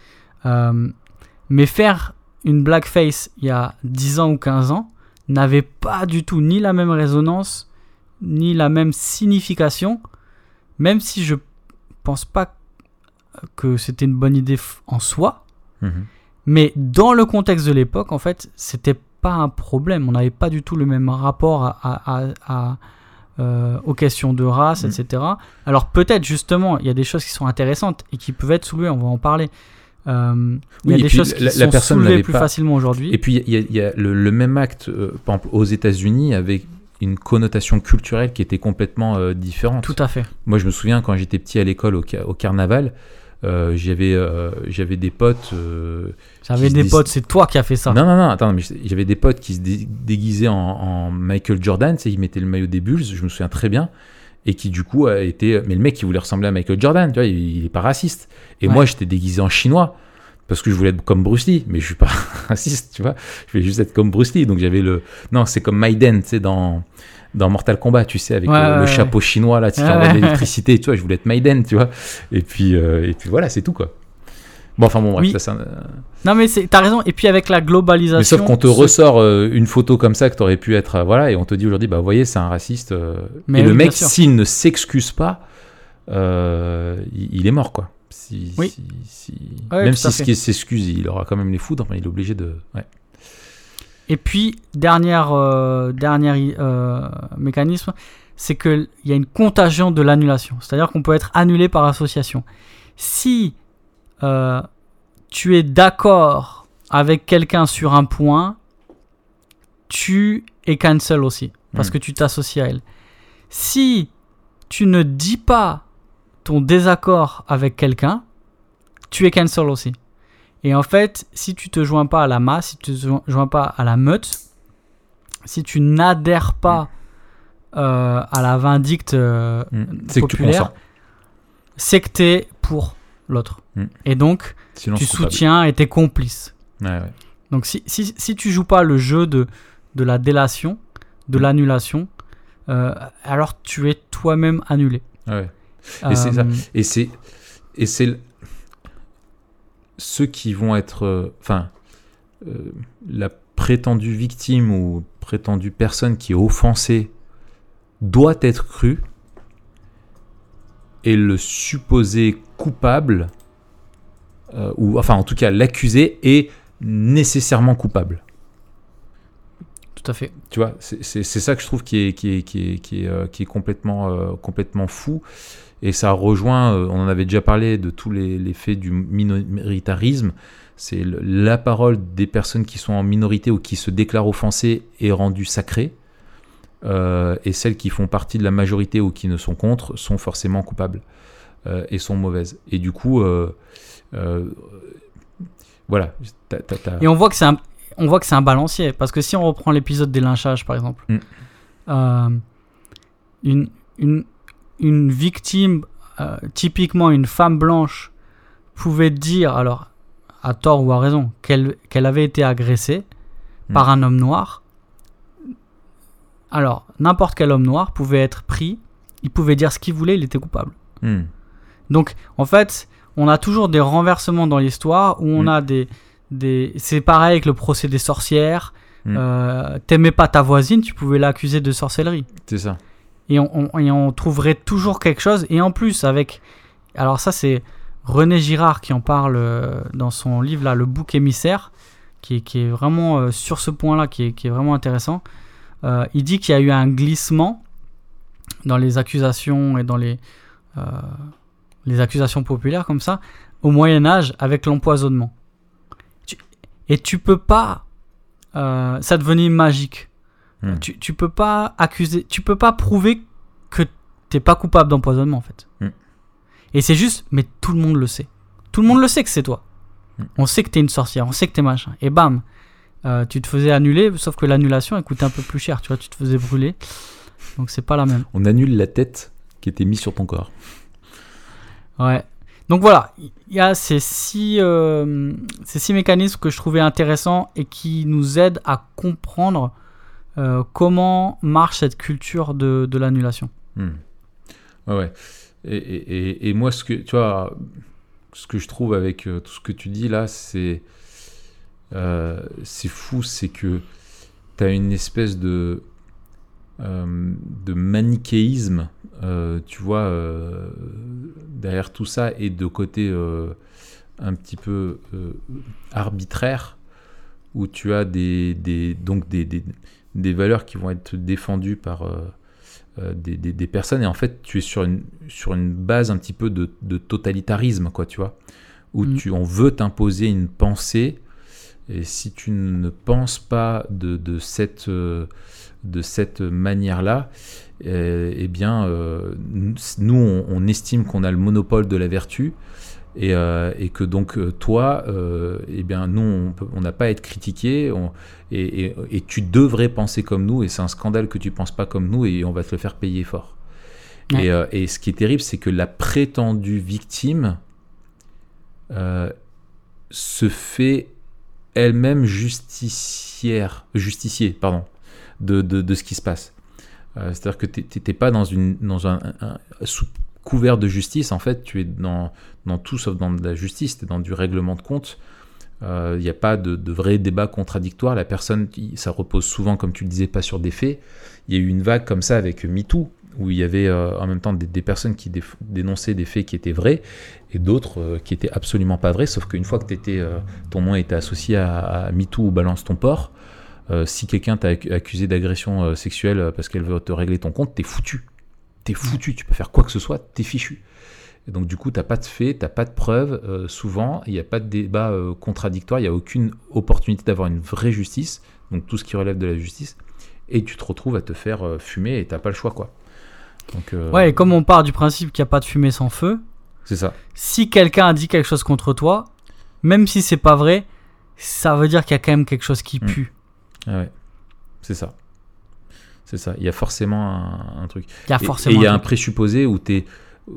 S2: Mais faire une blackface il y a 10 ans ou 15 ans n'avait pas du tout ni la même résonance, ni la même signification, même si je pense pas que c'était une bonne idée en soi. Mais dans le contexte de l'époque, en fait, c'était pas un problème. On n'avait pas du tout le même rapport aux questions de race, etc. Alors peut-être justement, il y a des choses qui sont intéressantes et qui peuvent être soulevées, on va en parler. Il y a des choses qui sont soulevées plus facilement aujourd'hui.
S1: Et puis il y a le même acte, par exemple, aux États-Unis, avec une connotation culturelle qui était complètement différente.
S2: Tout à fait.
S1: Moi, je me souviens quand j'étais petit à l'école au carnaval, j'avais des potes.
S2: C'est toi qui as fait ça.
S1: Non, attends, mais j'avais des potes qui se déguisaient en Michael Jordan, tu sais, ils mettaient le maillot des Bulls, je me souviens très bien, et qui du coup était. Mais le mec, il voulait ressembler à Michael Jordan, tu vois, il est pas raciste. Et moi, j'étais déguisé en chinois. Parce que je voulais être comme Bruce Lee, mais je suis pas raciste, tu vois. Je voulais juste être comme Bruce Lee. Donc j'avais non, c'est comme Maiden, tu sais, dans Mortal Kombat, tu sais, avec le chapeau chinois là, qui envoie de l'électricité, tu vois. Je voulais être Maiden, tu vois. Et puis voilà, c'est tout quoi. Bon, enfin bon, bref,
S2: oui.
S1: ça.
S2: Non mais t'as raison. Et puis avec la globalisation.
S1: Mais sauf qu'on te ressort une photo comme ça que t'aurais pu être, voilà, et on te dit aujourd'hui, bah vous voyez, c'est un raciste. Mais et le mec, s'il ne s'excuse pas, il est mort quoi. Même si ce qui s'excuse, il aura quand même les foudres, mais il est obligé de. Ouais.
S2: Et puis, dernier mécanisme, c'est qu'il y a une contagion de l'annulation. C'est-à-dire qu'on peut être annulé par association. Si tu es d'accord avec quelqu'un sur un point, tu es cancel aussi, parce que tu t'associes à elle. Si tu ne dis pas ton désaccord avec quelqu'un, tu es cancel aussi. Et en fait, si tu te joins pas à la masse, si tu te joins pas à la meute, si tu n'adhères pas à la vindicte populaire, c'est que tu es pour l'autre. Et donc, tu soutiens et tu es complice.
S1: Ouais.
S2: Donc, si tu joues pas le jeu de la délation, de l'annulation, alors tu es toi-même annulé.
S1: Ouais. Et c'est ça. Et c'est ceux qui vont être, la prétendue victime ou prétendue personne qui est offensée doit être crue, et le supposé coupable, ou enfin en tout cas l'accusé est nécessairement coupable.
S2: Tout à fait.
S1: Tu vois, c'est ça que je trouve qui est complètement fou. Et ça rejoint, on en avait déjà parlé de tous les faits du minoritarisme. C'est la parole des personnes qui sont en minorité ou qui se déclarent offensées est rendue sacrée. Et celles qui font partie de la majorité ou qui ne sont contre sont forcément coupables et sont mauvaises. Et du coup, voilà.
S2: Et on voit que c'est un balancier. Parce que si on reprend l'épisode des lynchages, par exemple, une victime, typiquement une femme blanche, pouvait dire, alors à tort ou à raison, qu'elle avait été agressée par un homme noir. Alors, n'importe quel homme noir pouvait être pris, il pouvait dire ce qu'il voulait, il était coupable. Donc, en fait, on a toujours des renversements dans l'histoire où on a c'est pareil avec le procès des sorcières. T'aimais pas ta voisine, tu pouvais l'accuser de sorcellerie.
S1: C'est ça.
S2: Et on trouverait toujours quelque chose. Et en plus, alors ça, c'est René Girard qui en parle dans son livre, là, Le bouc émissaire, qui est vraiment sur ce point-là, qui est vraiment intéressant. Il dit qu'il y a eu un glissement dans les accusations et dans les accusations populaires comme ça, au Moyen-Âge, avec l'empoisonnement. Et tu peux pas... ça devenait magique. Tu peux pas accuser, tu peux pas prouver que t'es pas coupable d'empoisonnement en fait. Et c'est juste, mais tout le monde le sait. Tout le monde le sait que c'est toi. On sait que t'es une sorcière, on sait que t'es machin. Et bam, tu te faisais annuler, sauf que l'annulation elle coûtait un peu plus cher, tu vois, tu te faisais brûler. Donc c'est pas la même.
S1: On annule la tête qui était mise sur ton corps.
S2: Ouais. Donc voilà, il y a ces six mécanismes que je trouvais intéressants et qui nous aident à comprendre comment marche cette culture de l'annulation.
S1: Ouais. Et moi, ce que je trouve avec tout ce que tu dis là, c'est fou, c'est que tu as une espèce de manichéisme, tu vois, derrière tout ça, et de côté un petit peu arbitraire, où tu as des valeurs qui vont être défendues par des personnes, et en fait tu es sur une base un petit peu de totalitarisme, quoi, tu vois, où on veut t'imposer une pensée, et si tu ne penses pas de cette manière-là, eh bien nous on estime qu'on a le monopole de la vertu, et que donc toi, eh bien nous on n'a pas à être critiqué, et tu devrais penser comme nous, et c'est un scandale que tu penses pas comme nous, et on va te le faire payer fort. Ouais. Et ce qui est terrible, c'est que la prétendue victime se fait elle-même justicier de ce qui se passe. C'est-à-dire que t'es pas dans sous couvert de justice, en fait, tu es dans tout sauf dans de la justice, tu es dans du règlement de compte. Il n'y a pas de vrai débat contradictoire. La personne, ça repose souvent, comme tu le disais, pas sur des faits. Il y a eu une vague comme ça avec MeToo, où il y avait en même temps des personnes qui dénonçaient des faits qui étaient vrais, et d'autres qui étaient absolument pas vrais, sauf qu'une fois que ton nom était associé à MeToo ou Balance ton porc, si quelqu'un t'a accusé d'agression sexuelle parce qu'elle veut te régler ton compte, t'es foutu. Tu peux faire quoi que ce soit, t'es fichu. Et donc du coup, t'as pas de faits, t'as pas de preuves, souvent, il n'y a pas de débat contradictoire, il n'y a aucune opportunité d'avoir une vraie justice, donc tout ce qui relève de la justice, et tu te retrouves à te faire fumer, et t'as pas le choix, quoi. Donc,
S2: ouais, et comme on part du principe qu'il n'y a pas de fumée sans feu,
S1: c'est ça.
S2: Si quelqu'un a dit quelque chose contre toi, même si c'est pas vrai, ça veut dire qu'il y a quand même quelque chose qui pue.
S1: Ah ouais, c'est ça. C'est ça. Il y a forcément un truc.
S2: Et
S1: il y a un présupposé où tu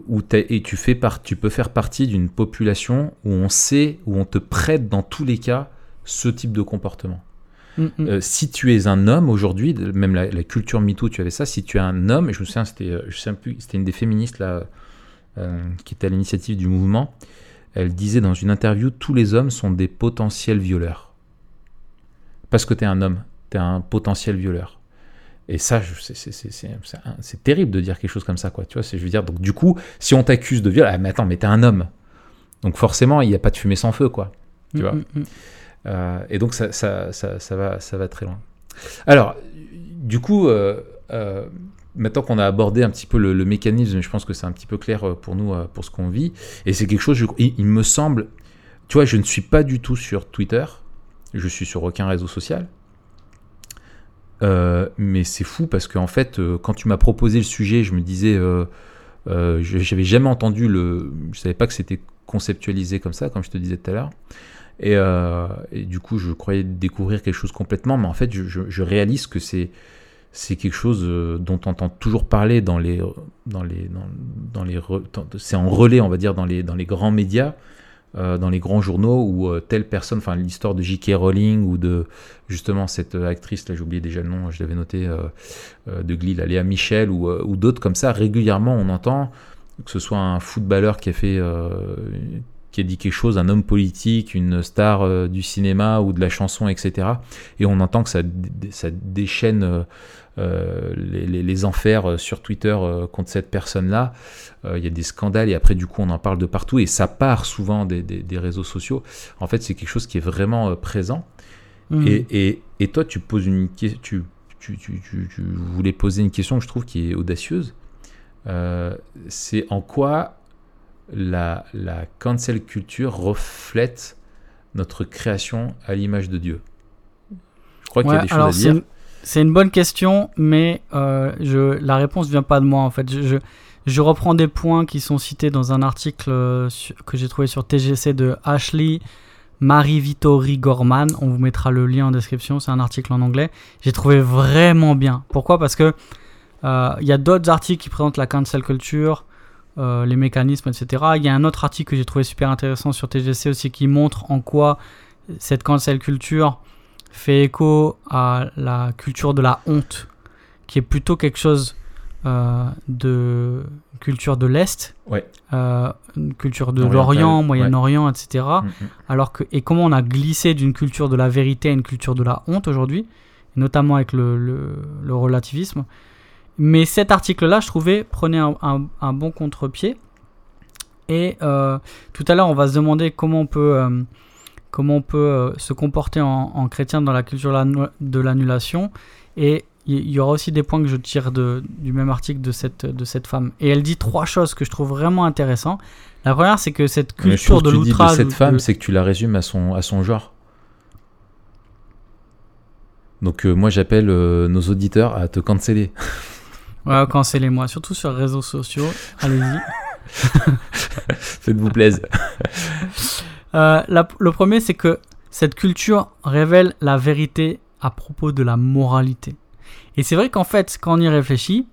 S1: peux faire partie d'une population où on te prête dans tous les cas ce type de comportement. Si tu es un homme aujourd'hui, même la culture MeToo, tu avais ça. Si tu es un homme, et je me souviens, c'était une des féministes là, qui était à l'initiative du mouvement. Elle disait dans une interview, tous les hommes sont des potentiels violeurs. Parce que tu es un homme, tu es un potentiel violeur. Et ça, c'est terrible de dire quelque chose comme ça, quoi. Tu vois, je veux dire, donc du coup, si on t'accuse de viol, mais attends, mais t'es un homme. Donc forcément, il n'y a pas de fumée sans feu, quoi. Tu vois. Et donc ça va très loin. Alors, du coup, maintenant qu'on a abordé un petit peu le mécanisme, je pense que c'est un petit peu clair pour nous, pour ce qu'on vit. Et c'est quelque chose, il me semble, tu vois, je ne suis pas du tout sur Twitter. Je suis sur aucun réseau social. Mais c'est fou parce qu'en fait, quand tu m'as proposé le sujet, je me disais, j'avais jamais entendu je savais pas que c'était conceptualisé comme ça, comme je te disais tout à l'heure. Et du coup, je croyais découvrir quelque chose complètement, mais en fait, je réalise que c'est quelque chose dont on entend toujours parler c'est en relais, on va dire, dans les grands médias. Dans les grands journaux où telle personne, enfin l'histoire de J.K. Rowling ou de justement cette actrice, là j'ai oublié déjà le nom, je l'avais noté, de Glee, Léa Michel ou d'autres comme ça, régulièrement on entend que ce soit un footballeur qui a dit quelque chose, un homme politique, une star du cinéma ou de la chanson, etc. Et on entend que ça déchaîne les enfers sur Twitter contre cette personne-là. Il y a des scandales et après du coup on en parle de partout et ça part souvent des réseaux sociaux. En fait c'est quelque chose qui est vraiment présent. Et toi tu poses une question, tu voulais poser une question que je trouve qui est audacieuse. C'est en quoi la cancel culture reflète notre création à l'image de Dieu. Je crois qu'il y a des choses à dire.
S2: C'est une bonne question, mais la réponse vient pas de moi en fait. Je reprends des points qui sont cités dans un article que j'ai trouvé sur TGC de Ashley Marie-Vittori Gorman. On vous mettra le lien en description. C'est un article en anglais. J'ai trouvé vraiment bien. Pourquoi ? Parce que y a d'autres articles qui présentent la cancel culture, les mécanismes, etc. Il y a un autre article que j'ai trouvé super intéressant sur TGC aussi qui montre en quoi cette cancel culture fait écho à la culture de la honte, qui est plutôt quelque chose de culture de l'Est, une culture de l'Orient, Moyen-Orient, etc. Alors et comment on a glissé d'une culture de la vérité à une culture de la honte aujourd'hui, notamment avec le relativisme. Mais cet article-là, je trouvais, prenait un bon contre-pied. Et tout à l'heure, on va se demander comment on peut se comporter en chrétien dans la culture de l'annulation. Et il y aura aussi des points que je tire du même article de cette femme. Et elle dit 3 choses que je trouve vraiment intéressantes. La première, c'est que cette culture de l'outrage...
S1: Tu dis de cette femme, c'est que tu la résumes à son genre. Donc moi, j'appelle nos auditeurs à te canceller.
S2: Ouais, cancellez-moi, surtout sur les réseaux sociaux. Allez-y.
S1: Faites-vous plaisir.
S2: Le premier, c'est que cette culture révèle la vérité à propos de la moralité. Et c'est vrai qu'en fait, quand on y réfléchit,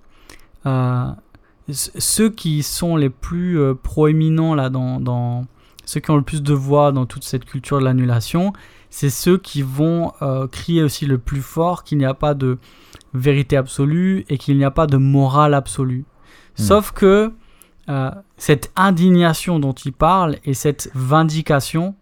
S2: ceux qui sont les plus proéminents là, dans ceux qui ont le plus de voix dans toute cette culture de l'annulation, c'est ceux qui vont crier aussi le plus fort qu'il n'y a pas de vérité absolue et qu'il n'y a pas de morale absolue. Sauf que cette indignation dont il parle et cette vindication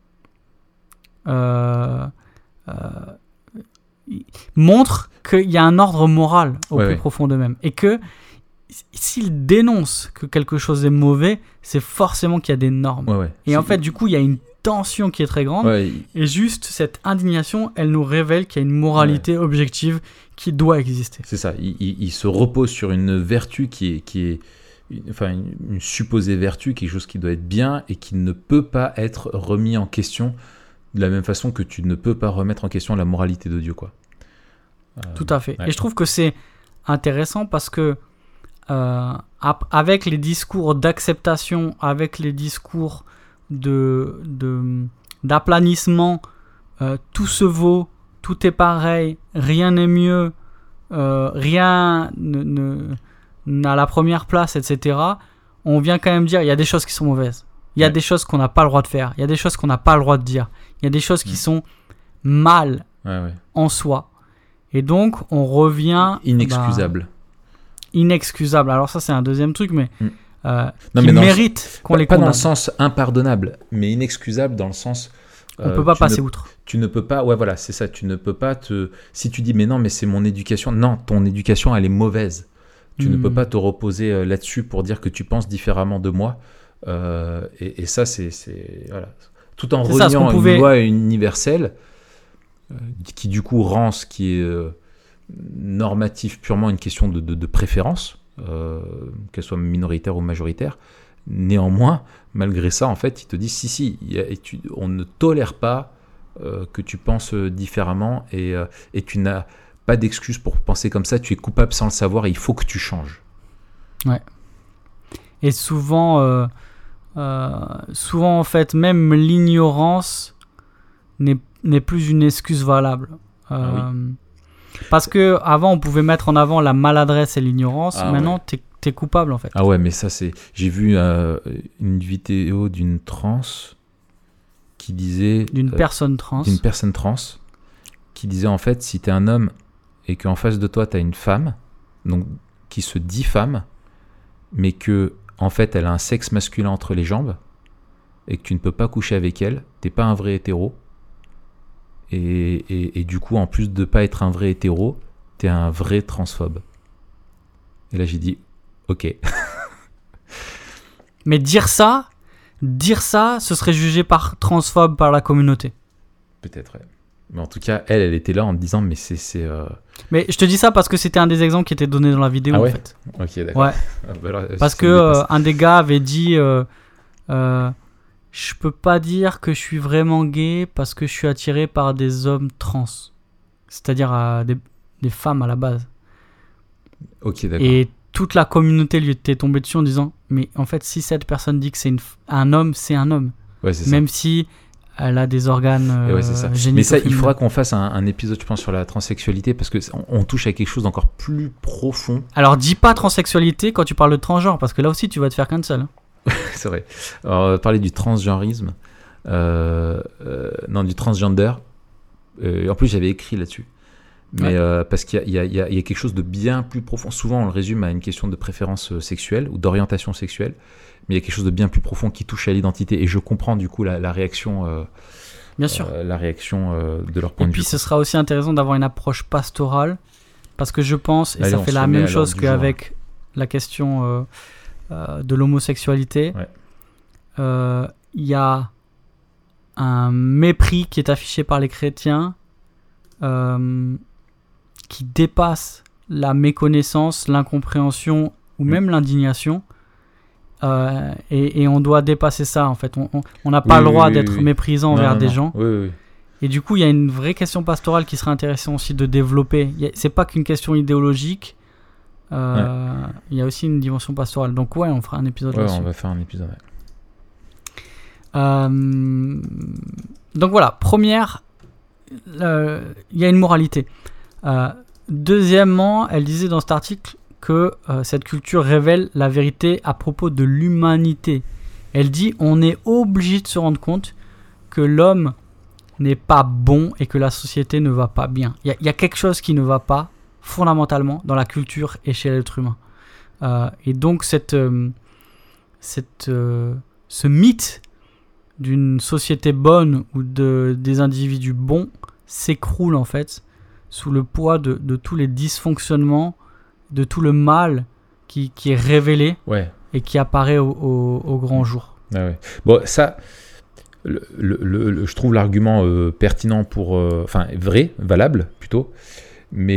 S2: montre qu'il y a un ordre moral au plus profond d'eux-mêmes. Et que s'ils dénoncent que quelque chose est mauvais, c'est forcément qu'il y a des normes. Et en fait, du coup, il y a une tension qui est très grande. Et juste cette indignation, elle nous révèle qu'il y a une moralité objective qui doit exister.
S1: C'est ça. Il se repose sur une vertu qui est une supposée vertu, quelque chose qui doit être bien et qui ne peut pas être remis en question de la même façon que tu ne peux pas remettre en question la moralité de Dieu, quoi.
S2: Tout à fait. Et je trouve que c'est intéressant parce que avec les discours d'acceptation, avec les discours d'aplanissement, tout se vaut, tout est pareil, rien n'est mieux, rien n'a la première place, etc. On vient quand même dire il y a des choses qui sont mauvaises. Il y a des choses qu'on n'a pas le droit de faire. Il y a des choses qu'on n'a pas le droit de dire. Il y a des choses qui sont mal en soi. Et donc, on revient...
S1: Inexcusable.
S2: Inexcusable. Alors ça, c'est un deuxième truc, mais qui mérite qu'on les condamne.
S1: Pas dans le sens impardonnable, mais inexcusable dans le sens...
S2: on ne peut pas passer outre.
S1: Tu ne peux pas... Ouais, voilà, c'est ça. Tu ne peux pas te... Si tu dis, mais non, mais c'est mon éducation. Non, ton éducation, elle est mauvaise. Tu ne peux pas te reposer là-dessus pour dire que tu penses différemment de moi. Et ça, c'est voilà. Tout en reniant une loi universelle qui du coup rend ce qui est normatif purement une question de préférence, qu'elle soit minoritaire ou majoritaire. Néanmoins, malgré ça, en fait, ils te disent si, on ne tolère pas que tu penses différemment et tu n'as pas d'excuse pour penser comme ça, tu es coupable sans le savoir et il faut que tu changes.
S2: Ouais. Et souvent, en fait, même l'ignorance n'est plus une excuse valable. Parce que avant on pouvait mettre en avant la maladresse et l'ignorance. Maintenant, t'es coupable en fait.
S1: Ah ouais, mais ça c'est... J'ai vu une vidéo d'une trans qui disait...
S2: D'une personne trans
S1: qui disait en fait, si t'es un homme et qu'en face de toi t'as une femme, donc qui se dit femme, mais que en fait elle a un sexe masculin entre les jambes et que tu ne peux pas coucher avec elle, t'es pas un vrai hétéro. Et du coup, en plus de pas être un vrai hétéro, t'es un vrai transphobe. Et là, j'ai dit, ok.
S2: Mais dire ça, ce serait jugé transphobe par la communauté.
S1: Peut-être, ouais. Mais en tout cas, elle était là en me disant, mais c'est...
S2: Mais je te dis ça parce que c'était un des exemples qui était donné dans la vidéo, en fait.
S1: Ok, d'accord.
S2: Ouais. Alors, parce que un des gars avait dit... je peux pas dire que je suis vraiment gay parce que je suis attiré par des hommes trans. C'est-à-dire des femmes à la base.
S1: Ok, d'accord.
S2: Et toute la communauté lui était tombée dessus en disant mais en fait, si cette personne dit que c'est un homme, c'est un homme.
S1: Ouais, c'est
S2: même
S1: ça.
S2: si elle a des organes génitaux.
S1: Mais ça, il faudra qu'on fasse un épisode, je pense, sur la transsexualité parce qu'on touche à quelque chose d'encore plus profond.
S2: Alors, dis pas transsexualité quand tu parles de transgenre parce que là aussi, tu vas te faire cancel.
S1: C'est vrai. Alors, parler du transgenrisme, non, du transgender. En plus, j'avais écrit là-dessus. Mais parce qu'il y a quelque chose de bien plus profond. Souvent, on le résume à une question de préférence sexuelle ou d'orientation sexuelle. Mais il y a quelque chose de bien plus profond qui touche à l'identité. Et je comprends du coup la réaction.
S2: Bien sûr.
S1: La réaction de leur point de vue.
S2: Et puis, ce sera aussi intéressant d'avoir une approche pastorale. Parce que je pense, et ça fait la même chose qu'avec la question de l'homosexualité, il y a un mépris qui est affiché par les chrétiens qui dépasse la méconnaissance, l'incompréhension ou même l'indignation. Et on doit dépasser ça, en fait. On n'a pas le droit d'être méprisant envers des gens. Et du coup, il y a une vraie question pastorale qui serait intéressante aussi de développer. C'est pas qu'une question idéologique. Il y a aussi une dimension pastorale. Donc on fera un épisode là-dessus.
S1: On va faire un épisode.
S2: Donc voilà, première, il y a une moralité. Deuxièmement, elle disait dans cet article que cette culture révèle la vérité à propos de l'humanité. Elle dit on est obligé de se rendre compte que l'homme n'est pas bon et que la société ne va pas bien. Il y a quelque chose qui ne va pas fondamentalement dans la culture et chez l'être humain. Et donc ce mythe d'une société bonne ou des individus bons s'écroule en fait sous le poids de tous les dysfonctionnements, de tout le mal qui est révélé et qui apparaît au grand jour.
S1: Bon, ça, je trouve l'argument pertinent vrai, valable plutôt, mais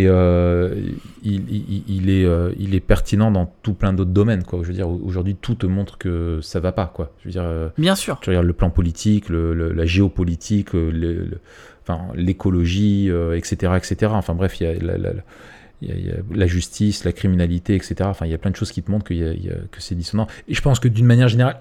S1: il est pertinent dans tout plein d'autres domaines, quoi. Je veux dire, aujourd'hui, tout te montre que ça va pas, quoi. Je veux dire,
S2: bien sûr.
S1: Tu regardes le plan politique, la géopolitique, l'écologie, etc., etc. Enfin bref, il y a la justice, la criminalité, etc. Enfin, il y a plein de choses qui te montrent que c'est dissonant. Et je pense que d'une manière générale,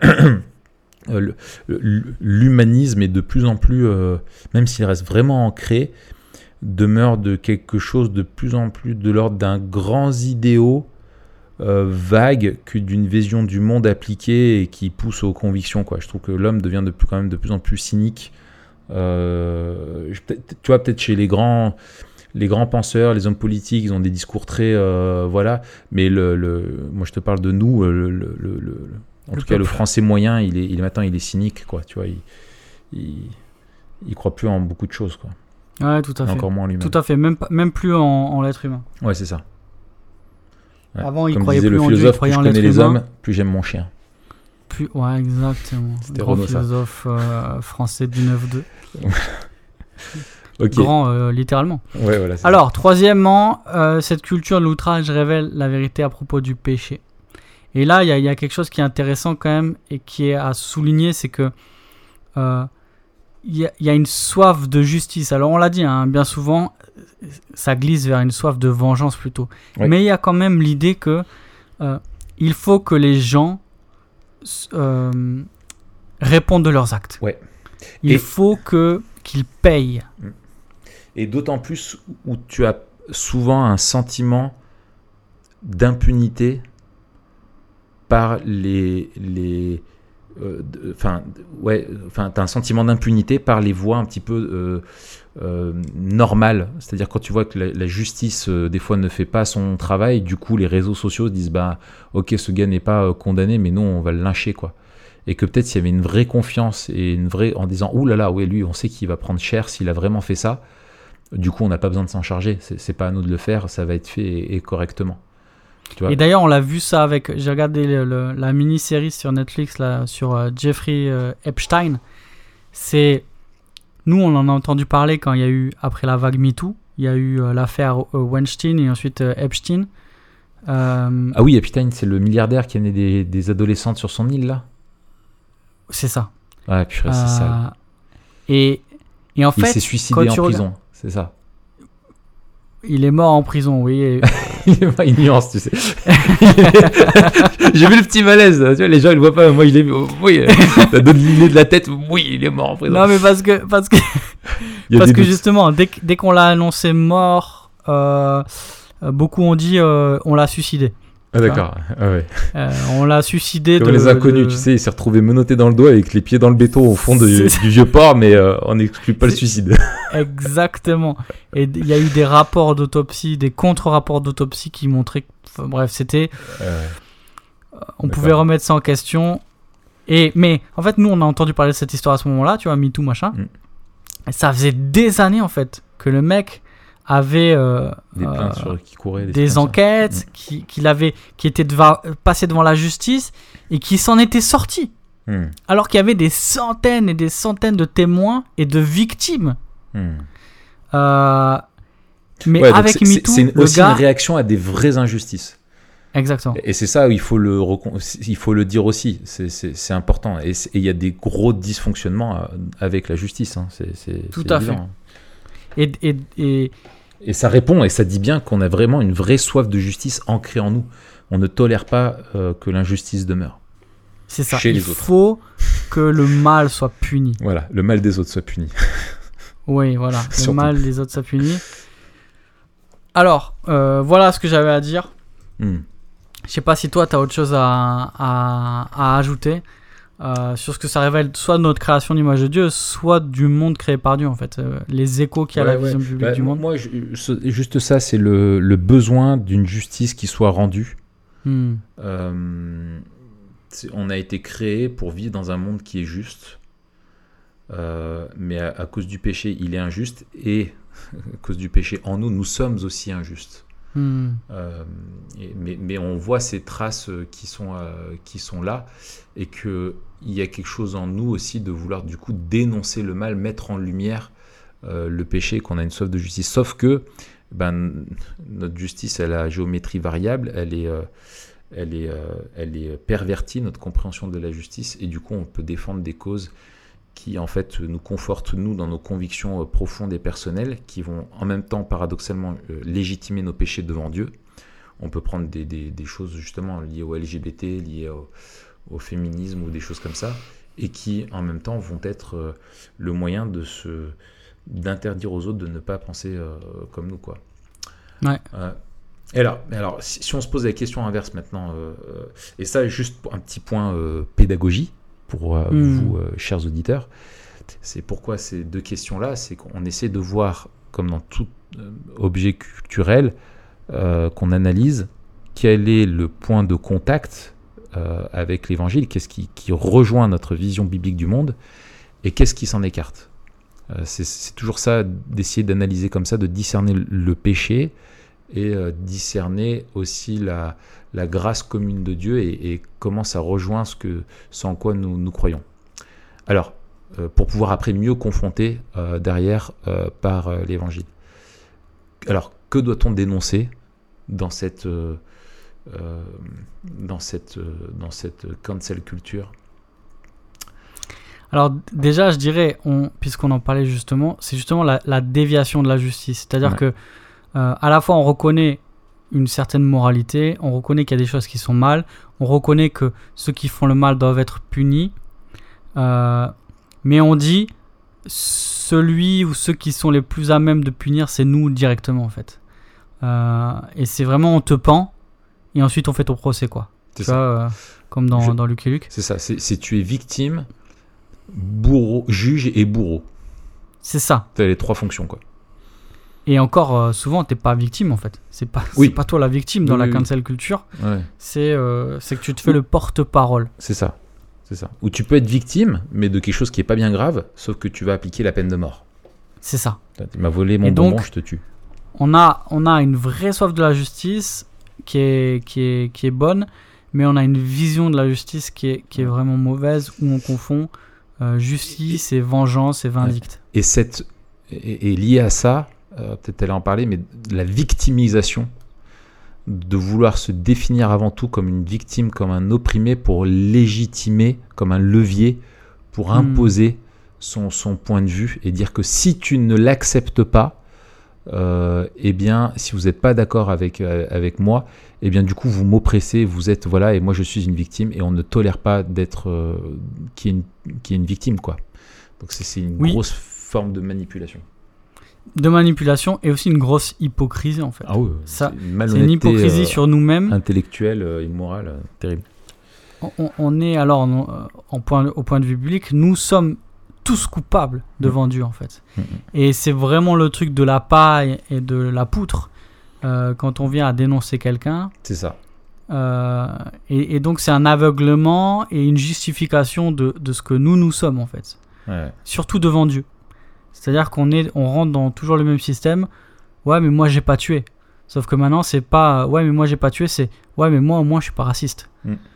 S1: l'humanisme est de plus en plus, même s'il reste vraiment ancré, demeure de quelque chose de plus en plus de l'ordre d'un grand idéal vague que d'une vision du monde appliquée et qui pousse aux convictions, quoi. Je trouve que l'homme devient quand même de plus en plus cynique. Tu vois, peut-être chez les grands penseurs, les hommes politiques, ils ont des discours très mais moi je te parle de nous, en tout cas le français moyen, maintenant il est cynique, quoi. Tu vois, il croit plus en beaucoup de choses, quoi.
S2: Ouais, tout à fait.
S1: Encore moins en lui-même.
S2: Tout à fait, même plus en l'être humain.
S1: Ouais, c'est ça. Ouais.
S2: Avant, il
S1: Comme
S2: croyait
S1: disait
S2: plus
S1: le
S2: en
S1: philosophe,
S2: Dieu, il croyait en l'être humain.
S1: Plus je connais les hommes, plus j'aime mon chien.
S2: Ouais, exactement.
S1: C'était
S2: grand
S1: Renaud,
S2: philosophe français du 9-2.
S1: Okay.
S2: Grand, littéralement.
S1: Ouais, voilà,
S2: alors, troisièmement, cette culture de l'outrage révèle la vérité à propos du péché. Et là, il y a quelque chose qui est intéressant quand même et qui est à souligner, c'est que il y a une soif de justice. Alors, on l'a dit, hein, bien souvent, ça glisse vers une soif de vengeance plutôt. Ouais. Mais il y a quand même l'idée que il faut que les gens répondent de leurs actes.
S1: Ouais.
S2: Il faut qu'ils payent.
S1: Et d'autant plus où tu as souvent un sentiment d'impunité par t'as un sentiment d'impunité par les voies un petit peu normales. C'est-à-dire quand tu vois que la justice des fois ne fait pas son travail, du coup les réseaux sociaux disent ok, ce gars n'est pas condamné, mais non, on va le lyncher, quoi. Et que peut-être s'il y avait une vraie confiance et en disant oulala, ouais, lui on sait qu'il va prendre cher s'il a vraiment fait ça, du coup on n'a pas besoin de s'en charger, c'est pas à nous de le faire, ça va être fait et correctement. Tu vois.
S2: Et d'ailleurs on l'a vu ça j'ai regardé la mini-série sur Netflix là, sur Jeffrey Epstein. Nous on en a entendu parler quand il y a eu, après la vague MeToo, il y a eu l'affaire Weinstein et ensuite Epstein.
S1: Ah oui, Epstein, c'est le milliardaire qui amenait des adolescentes sur son île là.
S2: C'est ça.
S1: Ouais, purée, c'est ça.
S2: Et en fait,
S1: il s'est suicidé en prison, c'est ça.
S2: Il est mort en prison, oui.
S1: Il nuance, tu sais. J'ai vu le petit malaise. Tu vois, les gens ils le voient pas. Moi, je l'ai vu. Oui, t'as donné l'idée de la tête. Oui, il est mort en prison.
S2: Non, mais parce que justement, dès qu'on l'a annoncé mort, beaucoup ont dit on l'a suicidé.
S1: Ah d'accord, ouais.
S2: On l'a suicidé.
S1: Comme les inconnus, tu sais, il s'est retrouvé menotté dans le doigt avec les pieds dans le béton au fond du vieux port, mais on n'exclut pas le suicide.
S2: Exactement. Et il y a eu des rapports d'autopsie, des contre-rapports d'autopsie qui montraient que, enfin, bref, c'était... on pouvait remettre ça en question. Mais en fait, nous, on a entendu parler de cette histoire à ce moment-là, tu vois, MeToo, machin. Et ça faisait des années, en fait, que le mec avait
S1: des plaintes qui couraient,
S2: des enquêtes, qui étaient passées devant la justice et qui s'en étaient sortis. Alors qu'il y avait des centaines et des centaines de témoins et de victimes. Mais avec MeToo,
S1: c'est aussi une réaction à des vraies injustices.
S2: Exactement.
S1: Et c'est ça où il faut le dire aussi. C'est important. Et il y a des gros dysfonctionnements avec la justice. Hein. C'est
S2: tout à
S1: évident.
S2: fait.
S1: Et ça répond et ça dit bien qu'on a vraiment une vraie soif de justice ancrée en nous. On ne tolère pas que l'injustice demeure.
S2: C'est ça. Il faut que le mal soit puni.
S1: Voilà, le mal des autres soit puni.
S2: Oui, voilà. Le mal des autres soit puni. Alors, voilà ce que j'avais à dire. Je sais pas si toi, tu as autre chose à ajouter sur ce que ça révèle, soit de notre création d'image de Dieu, soit du monde créé par Dieu, en fait. Les échos qu'il y a à la vision publique du monde.
S1: Moi, juste ça, c'est le besoin d'une justice qui soit rendue. On a été créé pour vivre dans un monde qui est juste, mais à cause du péché, il est injuste, et à cause du péché en nous, nous sommes aussi injustes. Mais on voit ces traces qui sont là, et qu'il y a quelque chose en nous aussi de vouloir du coup dénoncer le mal, mettre en lumière le péché, qu'on a une soif de justice. Sauf que notre justice, elle a géométrie variable, elle est pervertie, notre compréhension de la justice, et du coup on peut défendre des causes qui en fait nous confortent, nous, dans nos convictions profondes et personnelles, qui vont en même temps paradoxalement légitimer nos péchés devant Dieu. On peut prendre des choses justement liées au LGBT, liées au féminisme ou des choses comme ça, et qui en même temps vont être le moyen d'interdire aux autres de ne pas penser comme nous, quoi.
S2: Ouais.
S1: Et alors si on se pose la question inverse maintenant, et ça juste un petit point pédagogie pour vous, chers auditeurs, c'est pourquoi ces deux questions-là, c'est qu'on essaie de voir, comme dans tout objet culturel qu'on analyse, quel est le point de contact avec l'évangile, qu'est-ce qui rejoint notre vision biblique du monde, et qu'est-ce qui s'en écarte. C'est toujours ça, d'essayer d'analyser comme ça, de discerner le péché, et discerner aussi la grâce commune de Dieu, et comment ça rejoint ce en quoi nous croyons. Alors, pour pouvoir après mieux confronter derrière par l'évangile. Alors, que doit-on dénoncer dans cette cancel culture ?
S2: Alors déjà, je dirais, puisqu'on en parlait justement, c'est justement la déviation de la justice. C'est-à-dire que à la fois on reconnaît une certaine moralité, on reconnaît qu'il y a des choses qui sont mal, on reconnaît que ceux qui font le mal doivent être punis, mais on dit celui ou ceux qui sont les plus à même de punir, c'est nous directement en fait. Et c'est vraiment on te pend et ensuite on fait ton procès, quoi. Tu vois, comme dans Lucky Luke.
S1: C'est ça, c'est tu es victime, bourreau, juge et bourreau.
S2: C'est ça.
S1: Tu as les trois fonctions, quoi.
S2: Et encore, souvent, t'es pas victime, en fait. C'est pas toi la victime dans la cancel culture. Ouais. C'est que tu te fais le porte-parole.
S1: C'est ça. Ou tu peux être victime, mais de quelque chose qui est pas bien grave, sauf que tu vas appliquer la peine de mort.
S2: C'est ça.
S1: Tu m'as volé mon bonbon, je te tue.
S2: On a une vraie soif de la justice qui est bonne, mais on a une vision de la justice qui est vraiment mauvaise, où on confond justice et vengeance et vindicte.
S1: Et lié à ça, peut-être elle en parler, mais la victimisation, de vouloir se définir avant tout comme une victime, comme un opprimé, pour légitimer, comme un levier, pour imposer son point de vue, et dire que si tu ne l'acceptes pas, eh bien, si vous n'êtes pas d'accord avec moi, eh bien, du coup, vous m'oppressez, vous êtes, voilà, et moi je suis une victime, et on ne tolère pas d'être qui est une victime, quoi. Donc c'est une grosse forme de manipulation.
S2: De manipulation, et aussi une grosse hypocrisie, en fait.
S1: Ah oui,
S2: c'est une hypocrisie sur nous-mêmes.
S1: Intellectuelle, immorale, terrible.
S2: On est alors, au point de vue biblique, nous sommes tous coupables devant Dieu, en fait. Et c'est vraiment le truc de la paille et de la poutre quand on vient à dénoncer quelqu'un.
S1: C'est ça.
S2: Et donc c'est un aveuglement et une justification de ce que nous sommes, en fait.
S1: Ouais.
S2: Surtout devant Dieu. C'est-à-dire qu'on rentre dans toujours le même système. Ouais, mais moi j'ai pas tué. Sauf que maintenant c'est pas ouais, mais moi j'ai pas tué, c'est ouais, mais moi au moins je suis pas raciste.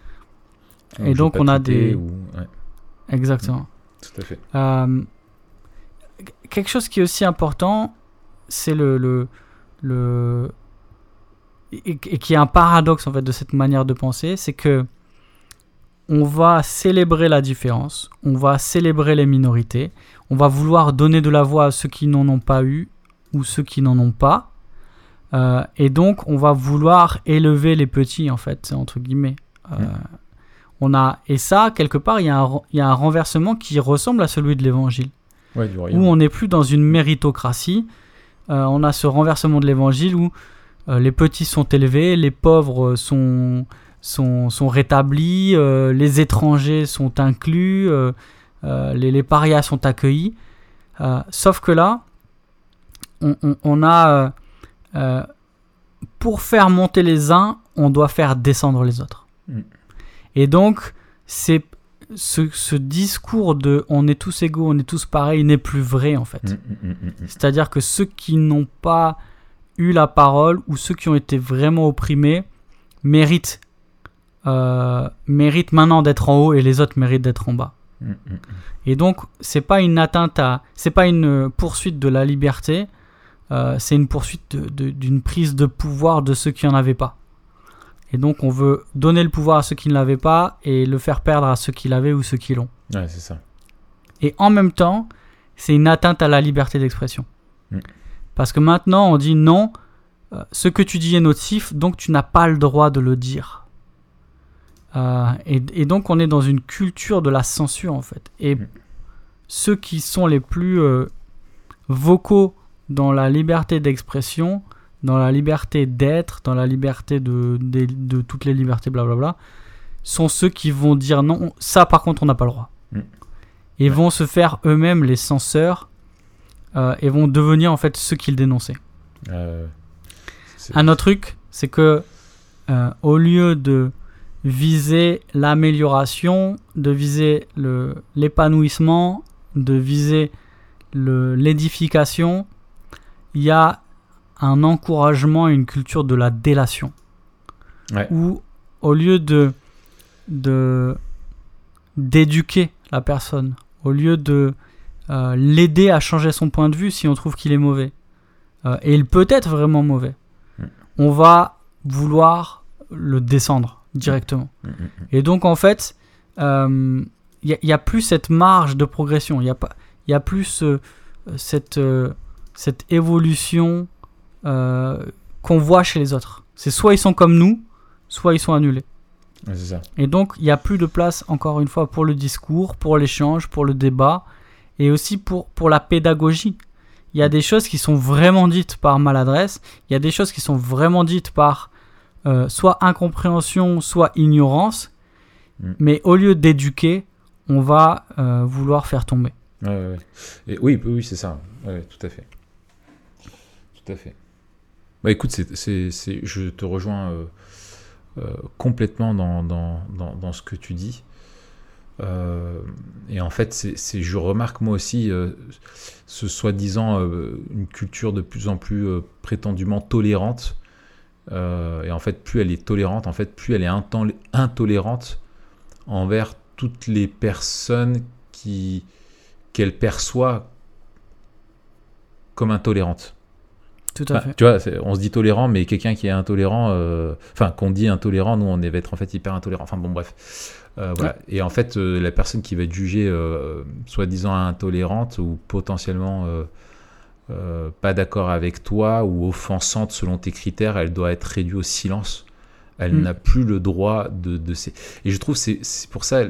S2: Et donc on a des. Exactement.
S1: Tout à fait.
S2: Quelque chose qui est aussi important, c'est et qui est un paradoxe en fait de cette manière de penser, c'est que on va célébrer la différence, on va célébrer les minorités, on va vouloir donner de la voix à ceux qui n'en ont pas eu ou ceux qui n'en ont pas, et donc on va vouloir élever les petits en fait, entre guillemets. Et ça, quelque part, il y a un renversement qui ressemble à celui de l'évangile, où on n'est plus dans une méritocratie. On a ce renversement de l'évangile où les petits sont élevés, les pauvres sont rétablis, les étrangers sont inclus, les parias sont accueillis. Sauf que là, on a... pour faire monter les uns, on doit faire descendre les autres. Et donc, c'est ce discours de « on est tous égaux, on est tous pareils » n'est plus vrai en fait. C'est-à-dire que ceux qui n'ont pas eu la parole ou ceux qui ont été vraiment opprimés méritent maintenant d'être en haut et les autres méritent d'être en bas. Et donc, c'est pas une poursuite de la liberté, c'est une poursuite d'une prise de pouvoir de ceux qui n'en avaient pas. Et donc, on veut donner le pouvoir à ceux qui ne l'avaient pas et le faire perdre à ceux qui l'avaient ou ceux qui l'ont.
S1: Ouais, c'est ça.
S2: Et en même temps, c'est une atteinte à la liberté d'expression. Parce que maintenant, on dit non, ce que tu dis est nocif, donc tu n'as pas le droit de le dire. Et donc, on est dans une culture de la censure, en fait. Et ceux qui sont les plus vocaux dans la liberté d'expression, dans la liberté d'être, dans la liberté de toutes les libertés, blablabla, sont ceux qui vont dire non, ça par contre on n'a pas le droit. Et vont se faire eux-mêmes les censeurs et vont devenir en fait ceux qu'ils dénonçaient. Un autre truc, c'est que au lieu de viser l'amélioration, de viser l'épanouissement, de viser l'édification, il y a un encouragement et une culture de la délation. Où, au lieu d'éduquer la personne, au lieu de l'aider à changer son point de vue si on trouve qu'il est mauvais, et il peut être vraiment mauvais, on va vouloir le descendre directement. Et donc, en fait, il n'y a plus cette marge de progression, il n'y a plus cette évolution qu'on voit chez les autres. C'est soit ils sont comme nous, soit ils sont annulés.
S1: C'est ça.
S2: Et donc, il n'y a plus de place, encore une fois, pour le discours, pour l'échange, pour le débat, et aussi pour la pédagogie. Il y a des choses qui sont vraiment dites par maladresse, il y a des choses qui sont vraiment dites par soit incompréhension, soit ignorance, mais au lieu d'éduquer, on va vouloir faire tomber.
S1: Et oui, c'est ça. Tout à fait. Tout à fait. Bah écoute, je te rejoins complètement dans ce que tu dis. Et en fait, je remarque moi aussi ce soi-disant une culture de plus en plus prétendument tolérante. Et en fait, plus elle est tolérante, en fait, plus elle est intolérante envers toutes les personnes qu'elle perçoit comme intolérantes.
S2: Tout à fait.
S1: Tu vois, on se dit tolérant, mais quelqu'un qui est intolérant, qu'on dit intolérant, nous on va être en fait hyper intolérant. Enfin bon, bref. Voilà. Et en fait, la personne qui va être jugée soi-disant intolérante ou potentiellement pas d'accord avec toi ou offensante selon tes critères, elle doit être réduite au silence. Elle n'a plus le droit de Et je trouve c'est pour ça.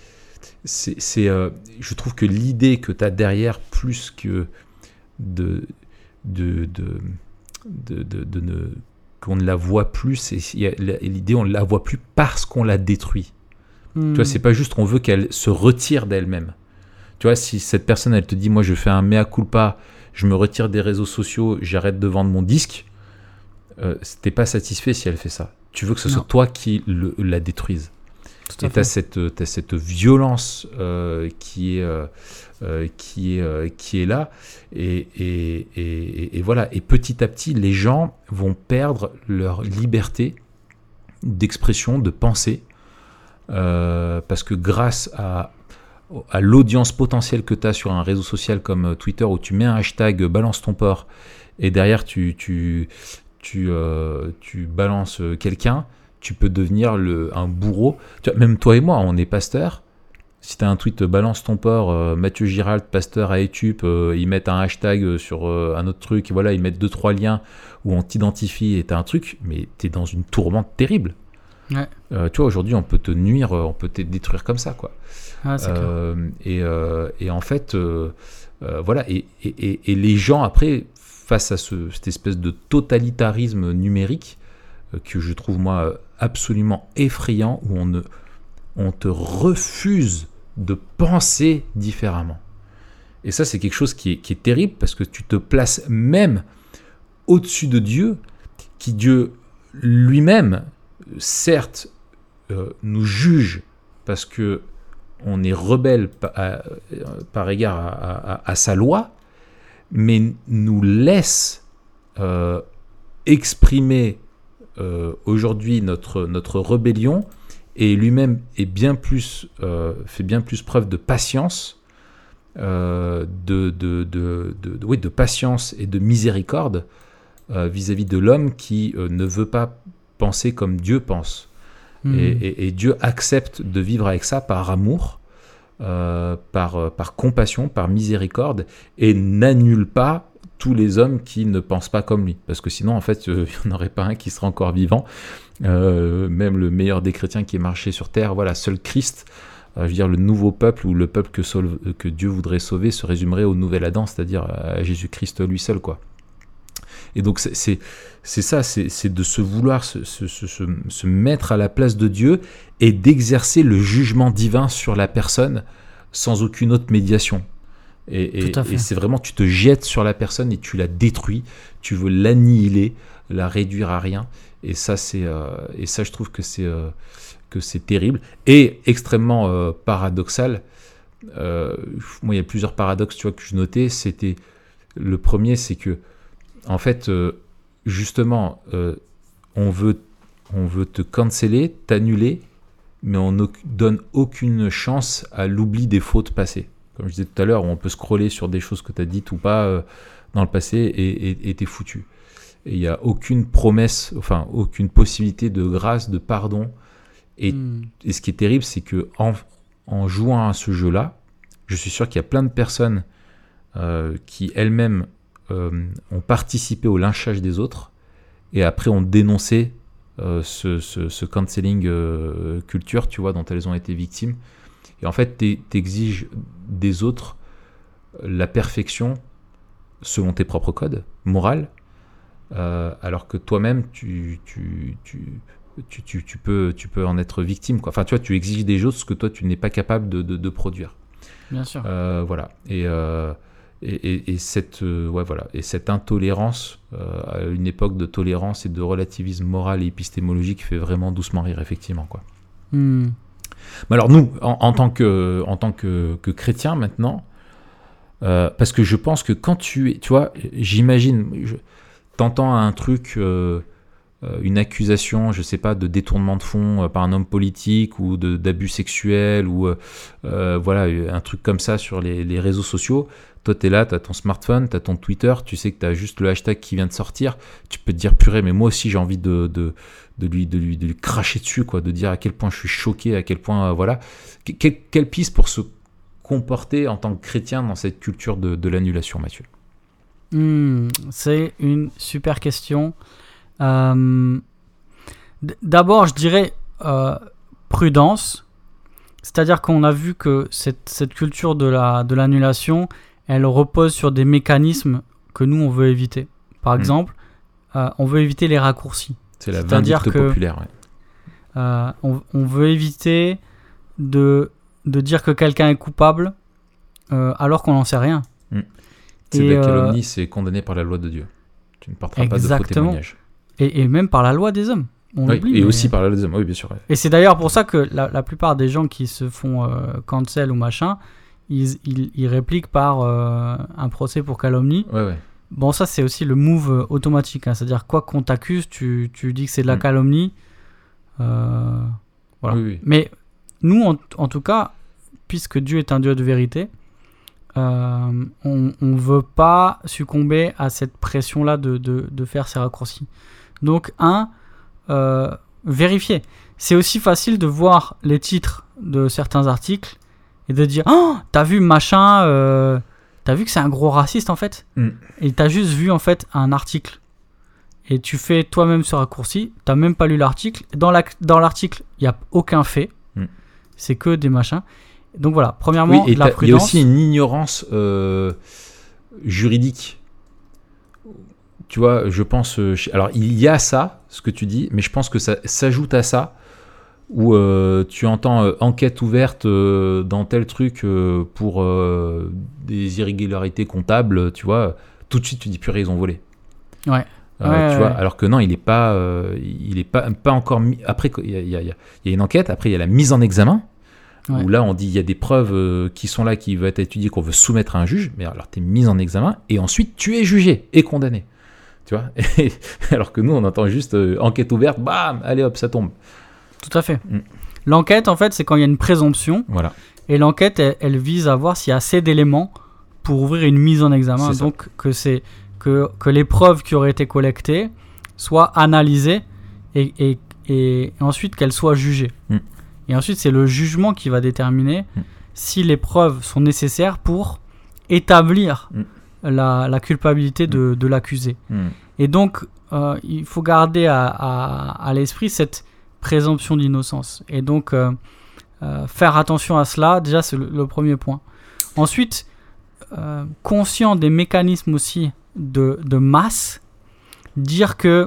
S1: Je trouve que l'idée que tu as derrière, plus que qu'on ne la voit plus, l'idée on ne la voit plus parce qu'on la détruit. Tu vois, c'est pas juste on veut qu'elle se retire d'elle-même. Tu vois, si cette personne elle te dit moi je fais un mea culpa, je me retire des réseaux sociaux, j'arrête de vendre mon disque, t'es pas satisfait si elle fait ça. Tu veux que ce soit toi qui la détruise. Et t'as cette violence qui est là, et voilà. Et petit à petit, les gens vont perdre leur liberté d'expression, de pensée, parce que grâce à l'audience potentielle que tu as sur un réseau social comme Twitter, où tu mets un hashtag balance ton porc et derrière tu balances quelqu'un, tu peux devenir un bourreau. Tu vois, même toi et moi, on est pasteurs. Si tu as un tweet balance ton porc, Mathieu Giralt, pasteur à Etup, ils mettent un hashtag sur un autre truc, et voilà, ils mettent 2-3 liens où on t'identifie et tu as un truc, mais tu es dans une tourmente terrible.
S2: Ouais.
S1: Tu vois, aujourd'hui, on peut te nuire, on peut te détruire comme ça, quoi.
S2: Ah, c'est clair.
S1: Et en fait, voilà, et les gens, après, face à cette espèce de totalitarisme numérique, que je trouve, moi, absolument effrayant, où on te refuse de penser différemment. Et ça, c'est quelque chose qui est terrible, parce que tu te places même au-dessus de Dieu, qui Dieu lui-même, certes, nous juge parce que on est rebelle par égard à sa loi, mais nous laisse exprimer aujourd'hui notre rébellion, et lui-même est fait bien plus preuve de patience, de patience et de miséricorde vis-à-vis de l'homme qui ne veut pas penser comme Dieu pense. Et Dieu accepte de vivre avec ça par amour, par compassion, par miséricorde, et n'annule pas tous les hommes qui ne pensent pas comme lui. Parce que sinon, en fait, il n'y en aurait pas un qui serait encore vivant. Même le meilleur des chrétiens qui ait marché sur terre, voilà, seul Christ, je veux dire, le nouveau peuple, ou le peuple que Dieu voudrait sauver, se résumerait au nouvel Adam, c'est-à-dire à Jésus-Christ lui seul, quoi. Et donc c'est ça, c'est de se vouloir se mettre à la place de Dieu et d'exercer le jugement divin sur la personne sans aucune autre médiation. Et c'est vraiment, tu te jettes sur la personne et tu la détruis, tu veux l'annihiler, la réduire à rien. Et ça, je trouve que c'est terrible et extrêmement paradoxal. Moi, il y a plusieurs paradoxes, tu vois, que je notais. Le premier, c'est que en fait, justement, on veut te canceller, t'annuler, mais on ne donne aucune chance à l'oubli des fautes passées. Comme je disais tout à l'heure, on peut scroller sur des choses que tu as dites ou pas dans le passé et t'es foutu. Et il n'y a aucune promesse, enfin, aucune possibilité de grâce, de pardon. Et ce qui est terrible, c'est que en jouant à ce jeu-là, je suis sûr qu'il y a plein de personnes qui elles-mêmes ont participé au lynchage des autres et après ont dénoncé ce cancelling culture, tu vois, dont elles ont été victimes. Et en fait, t'exiges des autres la perfection selon tes propres codes moraux, alors que toi-même tu peux en être victime, quoi. Enfin, tu vois, tu exiges des autres ce que toi tu n'es pas capable de produire.
S2: Bien sûr.
S1: Voilà. Et cette intolérance, à une époque de tolérance et de relativisme moral et épistémologique, fait vraiment doucement rire, effectivement, quoi. Mais alors nous, en tant que chrétiens maintenant, parce que je pense que quand tu vois, j'imagine, t'entends un truc, une accusation, je sais pas, de détournement de fonds par un homme politique ou d'abus sexuels ou voilà, un truc comme ça sur les réseaux sociaux. Toi, t'es là, t'as ton smartphone, t'as ton Twitter, tu sais que t'as juste le hashtag qui vient de sortir. Tu peux te dire, purée, mais moi aussi j'ai envie de lui cracher dessus, quoi, de dire à quel point je suis choqué, à quel point, voilà. Quelle piste pour se comporter en tant que chrétien dans cette culture de l'annulation, Mathieu ?
S2: C'est une super question. D'abord, je dirais prudence. C'est-à-dire qu'on a vu que cette culture de l'annulation, elle repose sur des mécanismes que nous, on veut éviter. Par exemple, on veut éviter les raccourcis.
S1: C'est la vindicte populaire.
S2: Ouais. On veut éviter de dire que quelqu'un est coupable alors qu'on n'en sait rien.
S1: C'est de la calomnie, c'est condamné par la loi de Dieu. Tu ne porteras pas de faux témoignages.
S2: Et même par la loi des hommes.
S1: Aussi par la loi des hommes, oui, bien sûr. Ouais.
S2: Et c'est d'ailleurs pour ça que la plupart des gens qui se font cancel ou machin, ils répliquent par un procès pour calomnie.
S1: Ouais.
S2: Bon, ça, c'est aussi le move automatique. Hein. C'est-à-dire, quoi qu'on t'accuse, tu dis que c'est de la calomnie. Voilà.
S1: Oui.
S2: Mais nous, en tout cas, puisque Dieu est un Dieu de vérité, on ne veut pas succomber à cette pression-là de faire ces raccourcis. Donc, vérifier. C'est aussi facile de voir les titres de certains articles et de dire « Oh, t'as vu machin, t'as vu que c'est un gros raciste en fait ?» Et t'as juste vu en fait un article. Et tu fais toi-même ce raccourci, t'as même pas lu l'article. Dans l'article, il n'y a aucun fait. C'est que des machins. Donc voilà, premièrement, la prudence. Il y
S1: a aussi une ignorance juridique. Tu vois, je pense... alors, il y a ça, ce que tu dis, mais je pense que ça s'ajoute à ça, où tu entends enquête ouverte dans tel truc pour des irrégularités comptables, tu vois, tout de suite, tu dis, purée, ils ont volé.
S2: Ouais.
S1: Tu vois, alors que non, il est pas encore mis. Après, il y a une enquête. Après, il y a la mise en examen. Où là, on dit il y a des preuves qui sont là, qui veulent être étudiées, qu'on veut soumettre à un juge. Mais alors, tu es mis en examen et ensuite, tu es jugé et condamné. Tu vois. Alors que nous, on entend juste enquête ouverte. Bam, allez hop, ça tombe.
S2: Tout à fait. L'enquête, en fait, c'est quand il y a une présomption.
S1: Voilà.
S2: Et l'enquête, elle vise à voir s'il y a assez d'éléments pour ouvrir une mise en examen. Donc, que les preuves qui auraient été collectées soient analysées et ensuite qu'elles soient jugées. Et ensuite, c'est le jugement qui va déterminer si les preuves sont nécessaires pour établir la culpabilité de l'accusé. Et donc, il faut garder à l'esprit cette présomption d'innocence. Et donc, faire attention à cela, déjà, c'est le premier point. Ensuite, conscient des mécanismes aussi de masse, dire que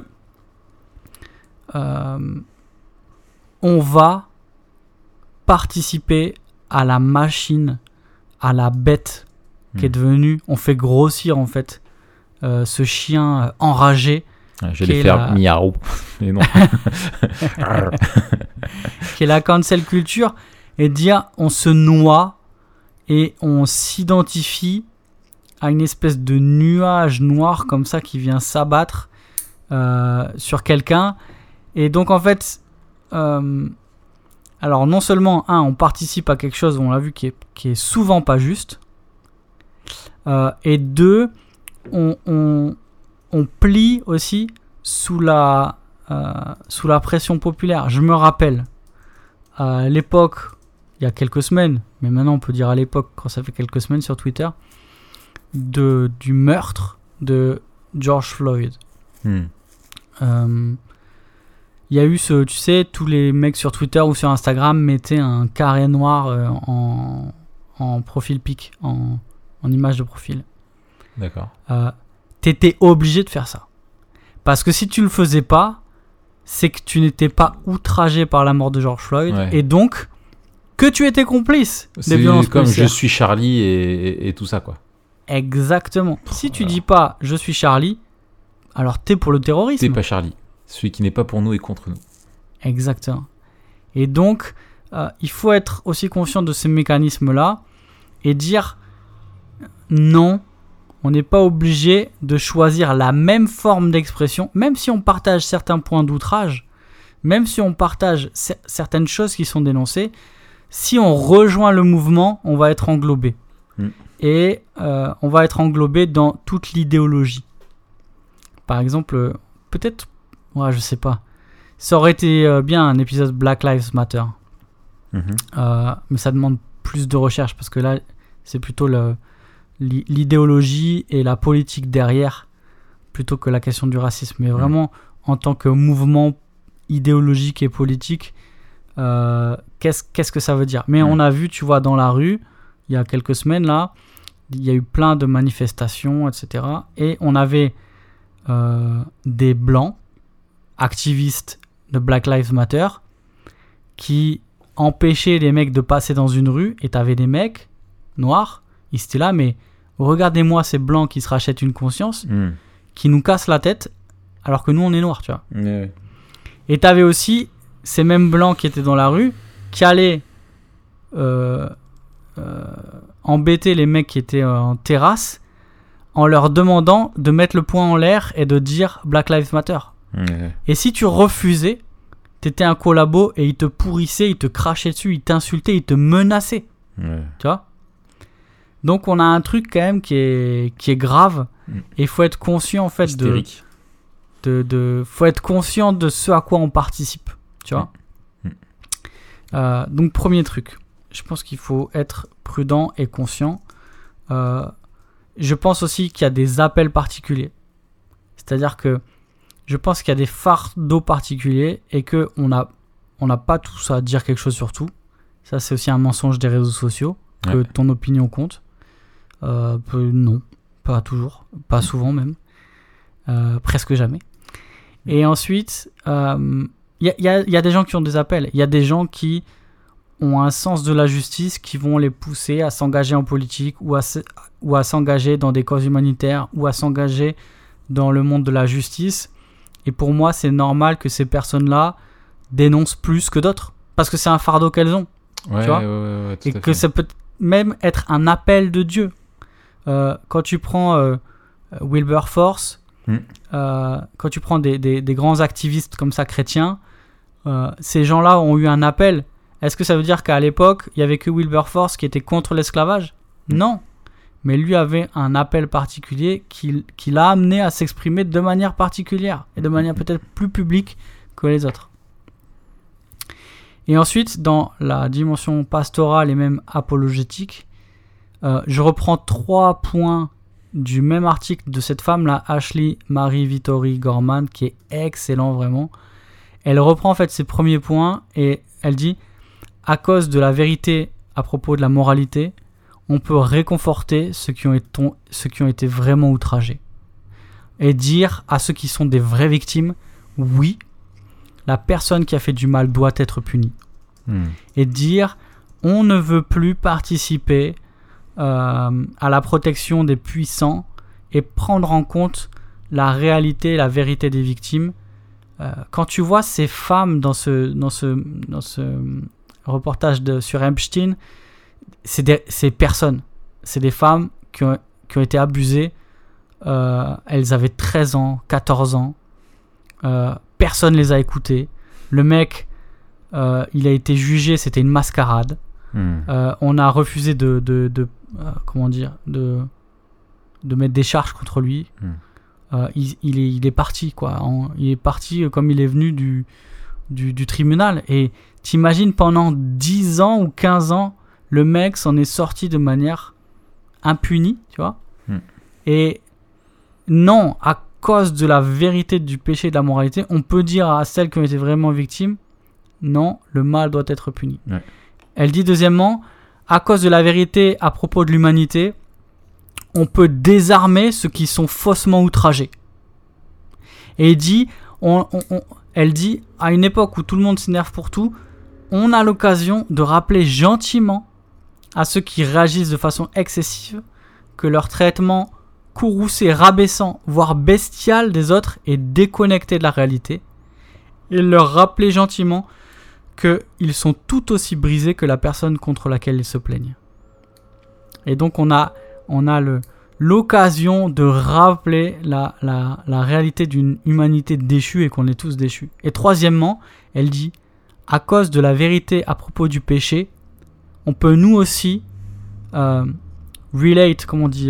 S2: on va participer à la machine, à la bête qui est devenue, on fait grossir en fait ce chien enragé.
S1: J'allais faire miaou, mais non.
S2: Qui est la cancel culture, et dire on se noie et on s'identifie à une espèce de nuage noir comme ça qui vient s'abattre sur quelqu'un. Et donc en fait, alors non seulement on participe à quelque chose, on l'a vu, qui est souvent pas juste, et deux, on plie aussi sous la pression populaire. Je me rappelle à l'époque, il y a quelques semaines, mais maintenant on peut dire à l'époque quand ça fait quelques semaines sur Twitter, du meurtre de George Floyd. Il y a eu tu sais, tous les mecs sur Twitter ou sur Instagram mettaient un carré noir en profil pic, en image de profil.
S1: D'accord.
S2: T'étais obligé de faire ça. Parce que si tu le faisais pas, c'est que tu n'étais pas outragé par la mort de George Floyd, et donc que tu étais complice des violences policières.
S1: C'est comme je suis Charlie et tout ça, quoi.
S2: Exactement. Si tu dis pas je suis Charlie, alors t'es pour le terrorisme.
S1: T'es pas Charlie. Celui qui n'est pas pour nous est contre nous.
S2: Exactement. Et donc, il faut être aussi conscient de ces mécanismes-là et dire non, on n'est pas obligé de choisir la même forme d'expression, même si on partage certains points d'outrage, même si on partage certaines choses qui sont dénoncées. Si on rejoint le mouvement, on va être englobé. Et on va être englobé dans toute l'idéologie. Par exemple, peut-être, je sais pas, ça aurait été bien un épisode Black Lives Matter. Mais ça demande plus de recherche parce que là, c'est plutôt l'idéologie et la politique derrière plutôt que la question du racisme. Mais vraiment, en tant que mouvement idéologique et politique, qu'est-ce que ça veut dire? Mais on a vu, tu vois, dans la rue, il y a quelques semaines, là, il y a eu plein de manifestations, etc. Et on avait des blancs, activistes de Black Lives Matter, qui empêchaient les mecs de passer dans une rue, et t'avais des mecs noirs, ils étaient là, mais regardez-moi ces blancs qui se rachètent une conscience, qui nous cassent la tête, alors que nous on est noirs, tu vois. Et t'avais aussi ces mêmes blancs qui étaient dans la rue, qui allaient embêter les mecs qui étaient en terrasse, en leur demandant de mettre le poing en l'air et de dire Black Lives Matter. Et si tu refusais, t'étais un collabo et ils te pourrissaient, ils te crachaient dessus, ils t'insultaient, ils te menaçaient.
S1: Ouais.
S2: Tu vois ? Donc on a un truc quand même qui est grave. Et il faut être conscient en fait
S1: hystérique.
S2: faut être conscient de ce à quoi on participe. Tu vois ? Donc premier truc, je pense qu'il faut être prudent et conscient. Je pense aussi qu'il y a des appels particuliers. C'est-à-dire que je pense qu'il y a des fardeaux particuliers et qu'on n'a pas tous à dire quelque chose sur tout. Ça, c'est aussi un mensonge des réseaux sociaux, que ton opinion compte. Non, pas toujours, pas souvent même, presque jamais. Et ensuite, il y a des gens qui ont des appels. Il y a des gens qui ont un sens de la justice qui vont les pousser à s'engager en politique ou à s'engager dans des causes humanitaires ou à s'engager dans le monde de la justice. Et pour moi, c'est normal que ces personnes-là dénoncent plus que d'autres parce que c'est un fardeau qu'elles ont.
S1: Ouais,
S2: tu vois
S1: tout
S2: et
S1: à
S2: que
S1: fait.
S2: ça peut même être un appel de Dieu. Quand tu prends Wilberforce, quand tu prends des grands activistes comme ça chrétiens, ces gens-là ont eu un appel. Est-ce que ça veut dire qu'à l'époque, il n'y avait que Wilberforce qui était contre l'esclavage ? Non. Mais lui avait un appel particulier qui l'a amené à s'exprimer de manière particulière et de manière peut-être plus publique que les autres. Et ensuite, dans la dimension pastorale et même apologétique, je reprends 3 points du même article de cette femme-là, Ashley Marie Vittori Gorman, qui est excellent vraiment. Elle reprend en fait ses premiers points et elle dit « À cause de la vérité à propos de la moralité, on peut réconforter ceux qui ont été vraiment outragés. Et dire à ceux qui sont des vraies victimes, oui, la personne qui a fait du mal doit être punie. Et dire, on ne veut plus participer à la protection des puissants et prendre en compte la réalité, la vérité des victimes. Quand tu vois ces femmes dans ce reportage sur Epstein, c'est personne. C'est des femmes qui ont été abusées. Elles avaient 13 ans, 14 ans. Personne ne les a écoutées. Le mec, il a été jugé, c'était une mascarade. On a refusé de mettre des charges contre lui. Il est parti, quoi. Il est parti comme il est venu du tribunal. Et t'imagines, pendant 10 ans ou 15 ans, le mec s'en est sorti de manière impunie, tu vois. Et non, à cause de la vérité du péché et de la moralité, on peut dire à celles qui ont été vraiment victimes, non, le mal doit être puni.
S1: Ouais.
S2: Elle dit deuxièmement, à cause de la vérité à propos de l'humanité, on peut désarmer ceux qui sont faussement outragés. Et elle dit, à une époque où tout le monde s'énerve pour tout, on a l'occasion de rappeler gentiment à ceux qui réagissent de façon excessive que leur traitement courroucé, rabaissant, voire bestial des autres est déconnecté de la réalité, et leur rappeler gentiment qu'ils sont tout aussi brisés que la personne contre laquelle ils se plaignent. Et donc on a l'occasion de rappeler la réalité d'une humanité déchue et qu'on est tous déchus. Et troisièmement, elle dit, à cause de la vérité à propos du péché, on peut nous aussi relate, comment on dit,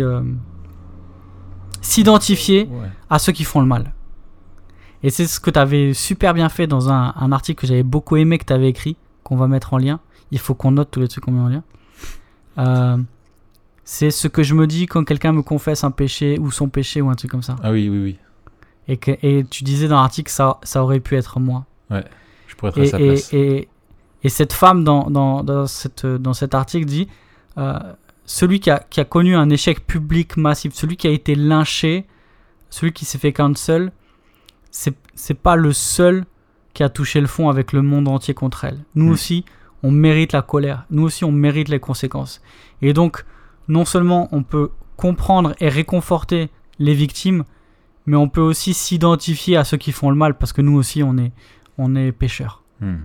S2: s'identifier à ceux qui font le mal. Et c'est ce que tu avais super bien fait dans un article que j'avais beaucoup aimé, que tu avais écrit, qu'on va mettre en lien. Il faut qu'on note tous les trucs qu'on met en lien. C'est ce que je me dis quand quelqu'un me confesse un péché ou son péché ou un truc comme ça.
S1: Ah oui.
S2: Et tu disais dans l'article que ça aurait pu être moi.
S1: Ouais, je pourrais être à sa place.
S2: Et cette femme dans cet article dit celui qui a connu un échec public massif, celui qui a été lynché, celui qui s'est fait cancel, c'est pas le seul qui a touché le fond avec le monde entier contre elle. Nous aussi, on mérite la colère. Nous aussi, on mérite les conséquences. Et donc, non seulement on peut comprendre et réconforter les victimes, mais on peut aussi s'identifier à ceux qui font le mal, parce que nous aussi, on est pécheurs.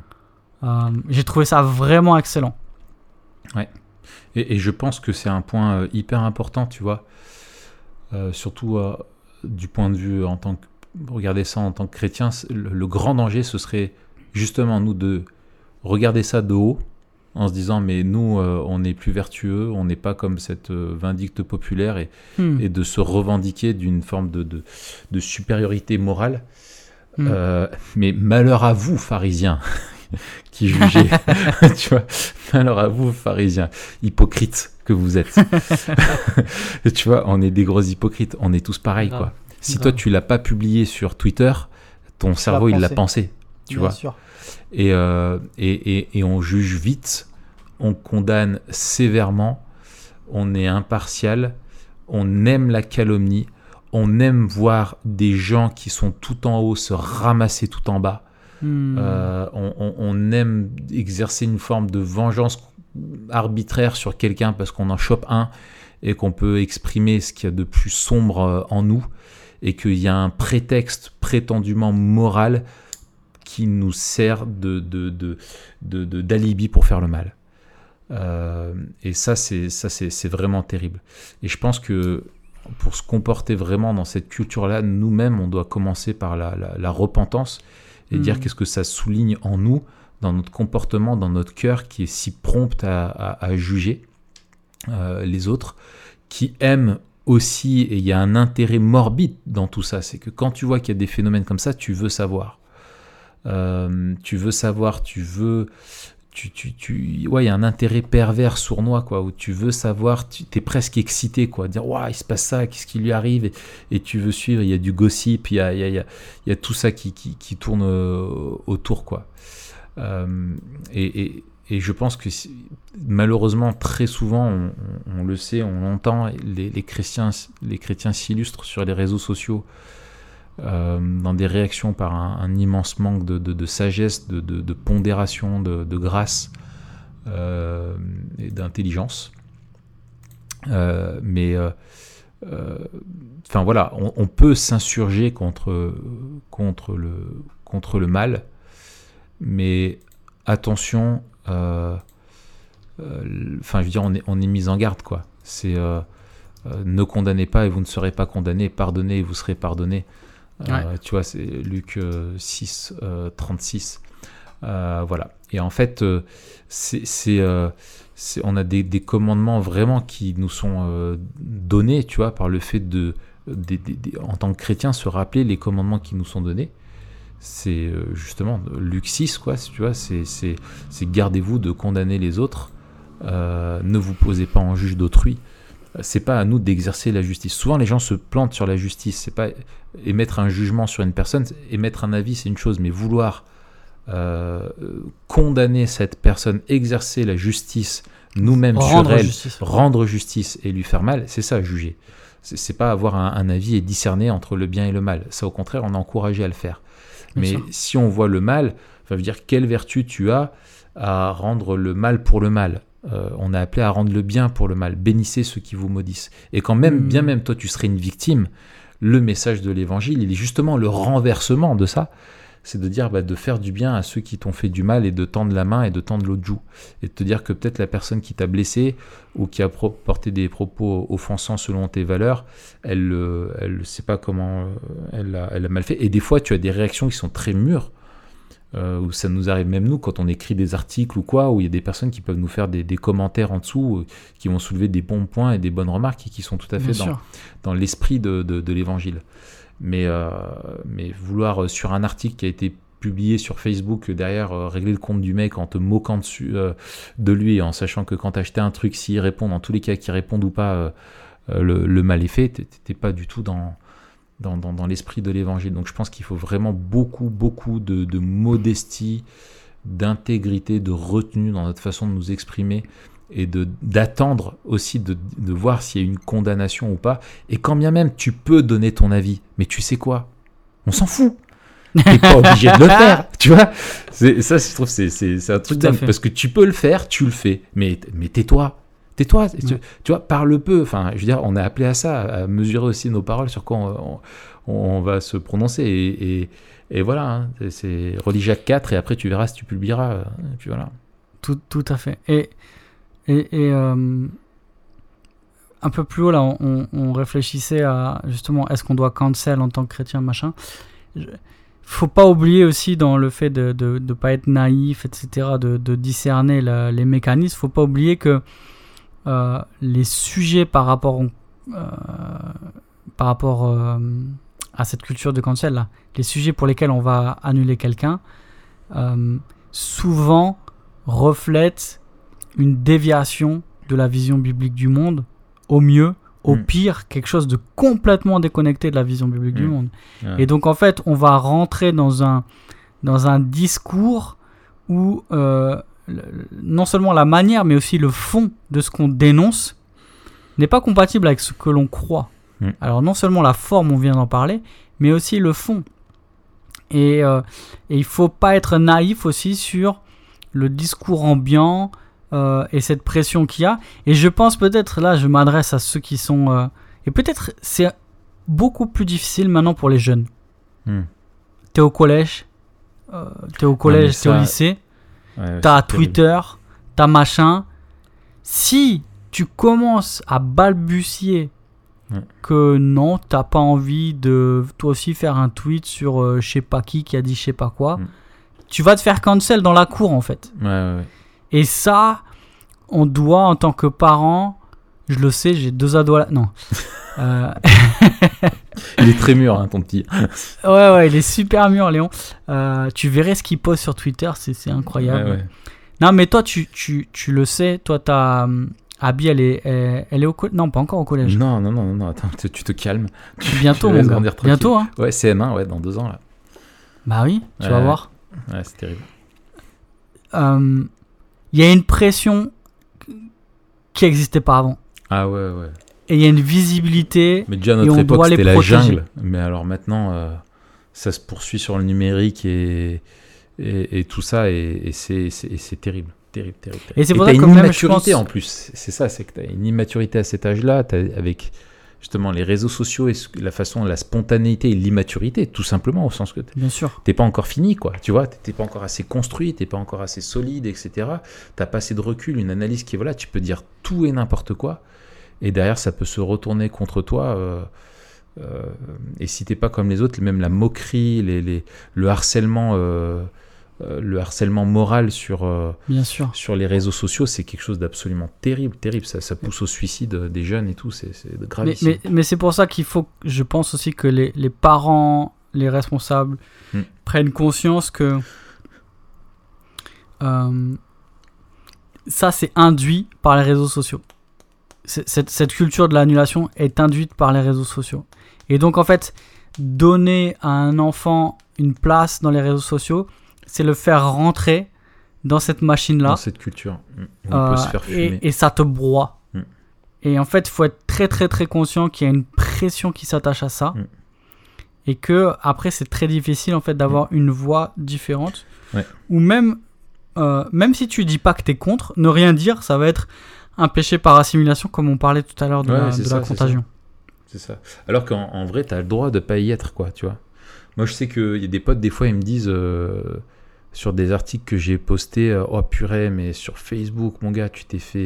S2: J'ai trouvé ça vraiment excellent.
S1: Ouais. Et je pense que c'est un point hyper important, tu vois. Surtout du point de vue regarder ça en tant que chrétien, le grand danger, ce serait justement nous de regarder ça de haut en se disant mais nous on est plus vertueux, on n'est pas comme cette vindicte populaire et de se revendiquer d'une forme de supériorité morale. Mais malheur à vous, pharisiens, qui jugez, tu vois, malheur à vous, pharisiens, hypocrites que vous êtes. Tu vois, on est des gros hypocrites, on est tous pareils, quoi. Si toi tu l'as pas publié sur Twitter, ton cerveau il l'a pensé, tu vois. Sûr. Et on juge vite, on condamne sévèrement, on est impartial, on aime la calomnie, on aime voir des gens qui sont tout en haut se ramasser tout en bas. On aime exercer une forme de vengeance arbitraire sur quelqu'un parce qu'on en chope un et qu'on peut exprimer ce qu'il y a de plus sombre en nous et qu'il y a un prétexte prétendument moral qui nous sert d'alibi pour faire le mal. Et ça c'est vraiment terrible. Et je pense que pour se comporter vraiment dans cette culture-là, nous-mêmes, on doit commencer par la repentance et dire qu'est-ce que ça souligne en nous, dans notre comportement, dans notre cœur qui est si prompt à juger les autres, qui aiment aussi, et il y a un intérêt morbide dans tout ça, c'est que quand tu vois qu'il y a des phénomènes comme ça, tu veux savoir. Tu veux savoir, ouais, il y a un intérêt pervers sournois, quoi, où tu veux savoir, tu es presque excité, quoi, dire ouais, il se passe ça, qu'est-ce qui lui arrive, et tu veux suivre. Il y a du gossip, il y a tout ça qui tourne autour, quoi. Et je pense que malheureusement très souvent on le sait, on l'entend, les chrétiens s'illustrent sur les réseaux sociaux dans des réactions par un immense manque de sagesse, de pondération, de grâce et d'intelligence. Mais voilà, on peut s'insurger contre le mal, mais attention, je veux dire, on est mis en garde, quoi. C'est ne condamnez pas et vous ne serez pas condamnés, pardonnez et vous serez pardonnés. Tu vois, c'est Luc 6, 36. Voilà. Et en fait, on a des commandements vraiment qui nous sont donnés, tu vois, par le fait en tant que chrétien, se rappeler les commandements qui nous sont donnés. C'est justement Luc 6, quoi, tu vois, c'est gardez-vous de condamner les autres, ne vous posez pas en juge d'autrui. C'est pas à nous d'exercer la justice. Souvent les gens se plantent sur la justice. C'est pas émettre un jugement sur une personne, émettre un avis c'est une chose, mais vouloir condamner cette personne, exercer la justice nous-mêmes sur elle, rendre justice et lui faire mal, c'est ça juger. C'est pas avoir un avis et discerner entre le bien et le mal. Ça au contraire on est encouragé à le faire. Mais si on voit le mal, ça veut dire quelle vertu tu as à rendre le mal pour le mal. On est appelé à rendre le bien pour le mal. Bénissez ceux qui vous maudissent. Et quand même, bien même toi tu serais une victime, le message de l'évangile, il est justement le renversement de ça. C'est de dire de faire du bien à ceux qui t'ont fait du mal et de tendre la main et de tendre l'autre joue. Et de te dire que peut-être la personne qui t'a blessé ou qui a porté des propos offensants selon tes valeurs, elle sait pas comment elle a mal fait. Et des fois, tu as des réactions qui sont très mûres. Où ça nous arrive même nous quand on écrit des articles ou quoi, où il y a des personnes qui peuvent nous faire des commentaires en dessous qui vont soulever des bons points et des bonnes remarques et qui sont tout à fait dans l'esprit de l'évangile. Mais vouloir sur un article qui a été publié sur Facebook derrière régler le compte du mec en te moquant dessus de lui, en sachant que quand tu achetais un truc, s'il répond, dans tous les cas qu'il réponde ou pas, le mal est fait, t'es pas du tout dans l'esprit de l'évangile. Donc je pense qu'il faut vraiment beaucoup de modestie, d'intégrité, de retenue dans notre façon de nous exprimer et d'attendre aussi de voir s'il y a une condamnation ou pas. Et quand bien même tu peux donner ton avis, mais tu sais quoi, on s'en fout. T'es pas obligé de le faire, tu vois. Ça, je trouve, c'est un truc dingue, parce que tu peux le faire, tu le fais, mais tais-toi. Tais-toi, tu vois, parle peu. Enfin, je veux dire, on est appelé à ça, à mesurer aussi nos paroles, sur quoi on va se prononcer. Et voilà, hein, c'est relis Jacques 4 et après tu verras si tu publieras. Et puis voilà.
S2: Tout à fait. Et un peu plus haut, là, on réfléchissait à, justement, est-ce qu'on doit cancel en tant que chrétien, machin. faut pas oublier aussi dans le fait de pas être naïf, etc., de discerner les mécanismes. Faut pas oublier que les sujets par rapport à cette culture de cancel là, les sujets pour lesquels on va annuler quelqu'un, souvent reflètent une déviation de la vision biblique du monde, au mieux. Au pire, quelque chose de complètement déconnecté de la vision biblique du monde. Ouais. Et donc, en fait, on va rentrer dans un discours où non seulement la manière, mais aussi le fond de ce qu'on dénonce n'est pas compatible avec ce que l'on croit. Alors, non seulement la forme, on vient d'en parler, mais aussi le fond. Et il ne faut pas être naïf aussi sur le discours ambiant, et cette pression qu'il y a. Et je pense peut-être, là je m'adresse à ceux qui sont et peut-être c'est beaucoup plus difficile maintenant pour les jeunes. T'es au collège, t'es au lycée, t'as Twitter, t'as machin. Si tu commences à balbutier que non, t'as pas envie de toi aussi faire un tweet sur je sais pas qui a dit je sais pas quoi, tu vas te faire cancel dans la cour en fait.
S1: Ouais.
S2: Et ça, on doit, en tant que parent, je le sais, j'ai 2 ados là. Non.
S1: Il est très mûr, hein, ton petit.
S2: Ouais, il est super mûr, Léon. Tu verrais ce qu'il pose sur Twitter, c'est incroyable.
S1: Ouais.
S2: Non, mais toi, tu le sais, toi, t'as. Abby, elle est au collège. Non, pas encore au collège.
S1: Non, attends, tu te calmes.
S2: Bientôt, mon gars. Bientôt, hein.
S1: Ouais, CM1, ouais, dans 2 ans, là.
S2: Bah oui, tu vas voir.
S1: Ouais, c'est terrible.
S2: Il y a une pression qui n'existait pas avant.
S1: Ah ouais.
S2: Et il y a une visibilité.
S1: Mais déjà à notre époque, c'était la jungle. Mais alors maintenant, ça se poursuit sur le numérique et tout ça, et c'est terrible.
S2: Et c'est pour
S1: ça
S2: que
S1: même,
S2: je pense...
S1: immaturité en plus. C'est ça, c'est que tu as une immaturité à cet âge-là, avec justement les réseaux sociaux et la spontanéité et l'immaturité, tout simplement, au sens que
S2: bien sûr,
S1: t'es pas encore fini, quoi. Tu vois, t'es pas encore assez construit, t'es pas encore assez solide, etc. T'as pas assez de recul, une analyse qui est, voilà, tu peux dire tout et n'importe quoi, et derrière ça peut se retourner contre toi. Et si t'es pas comme les autres, même la moquerie, le harcèlement moral
S2: bien sûr,
S1: sur les réseaux sociaux, c'est quelque chose d'absolument terrible. Ça pousse au suicide des jeunes et tout, c'est gravissime.
S2: Mais c'est pour ça qu'il faut, je pense aussi que les parents, les responsables prennent conscience que ça, c'est induit par les réseaux sociaux. Cette culture de l'annulation est induite par les réseaux sociaux. Et donc, en fait, donner à un enfant une place dans les réseaux sociaux, c'est le faire rentrer dans cette machine-là.
S1: Dans cette culture. On peut se faire fumer.
S2: Et ça te broie. Et en fait, il faut être très, très, très conscient qu'il y a une pression qui s'attache à ça. Et que après, c'est très difficile en fait, d'avoir une voix différente.
S1: Ouais.
S2: Ou même si tu dis pas que tu es contre, ne rien dire, ça va être un péché par assimilation, comme on parlait tout à l'heure de la contagion.
S1: C'est ça. Alors qu'en vrai, tu as le droit de pas y être, quoi, tu vois. Moi, je sais qu'il y a des potes, des fois, ils me disent sur des articles que j'ai postés, oh purée, mais sur Facebook, mon gars, tu t'es fait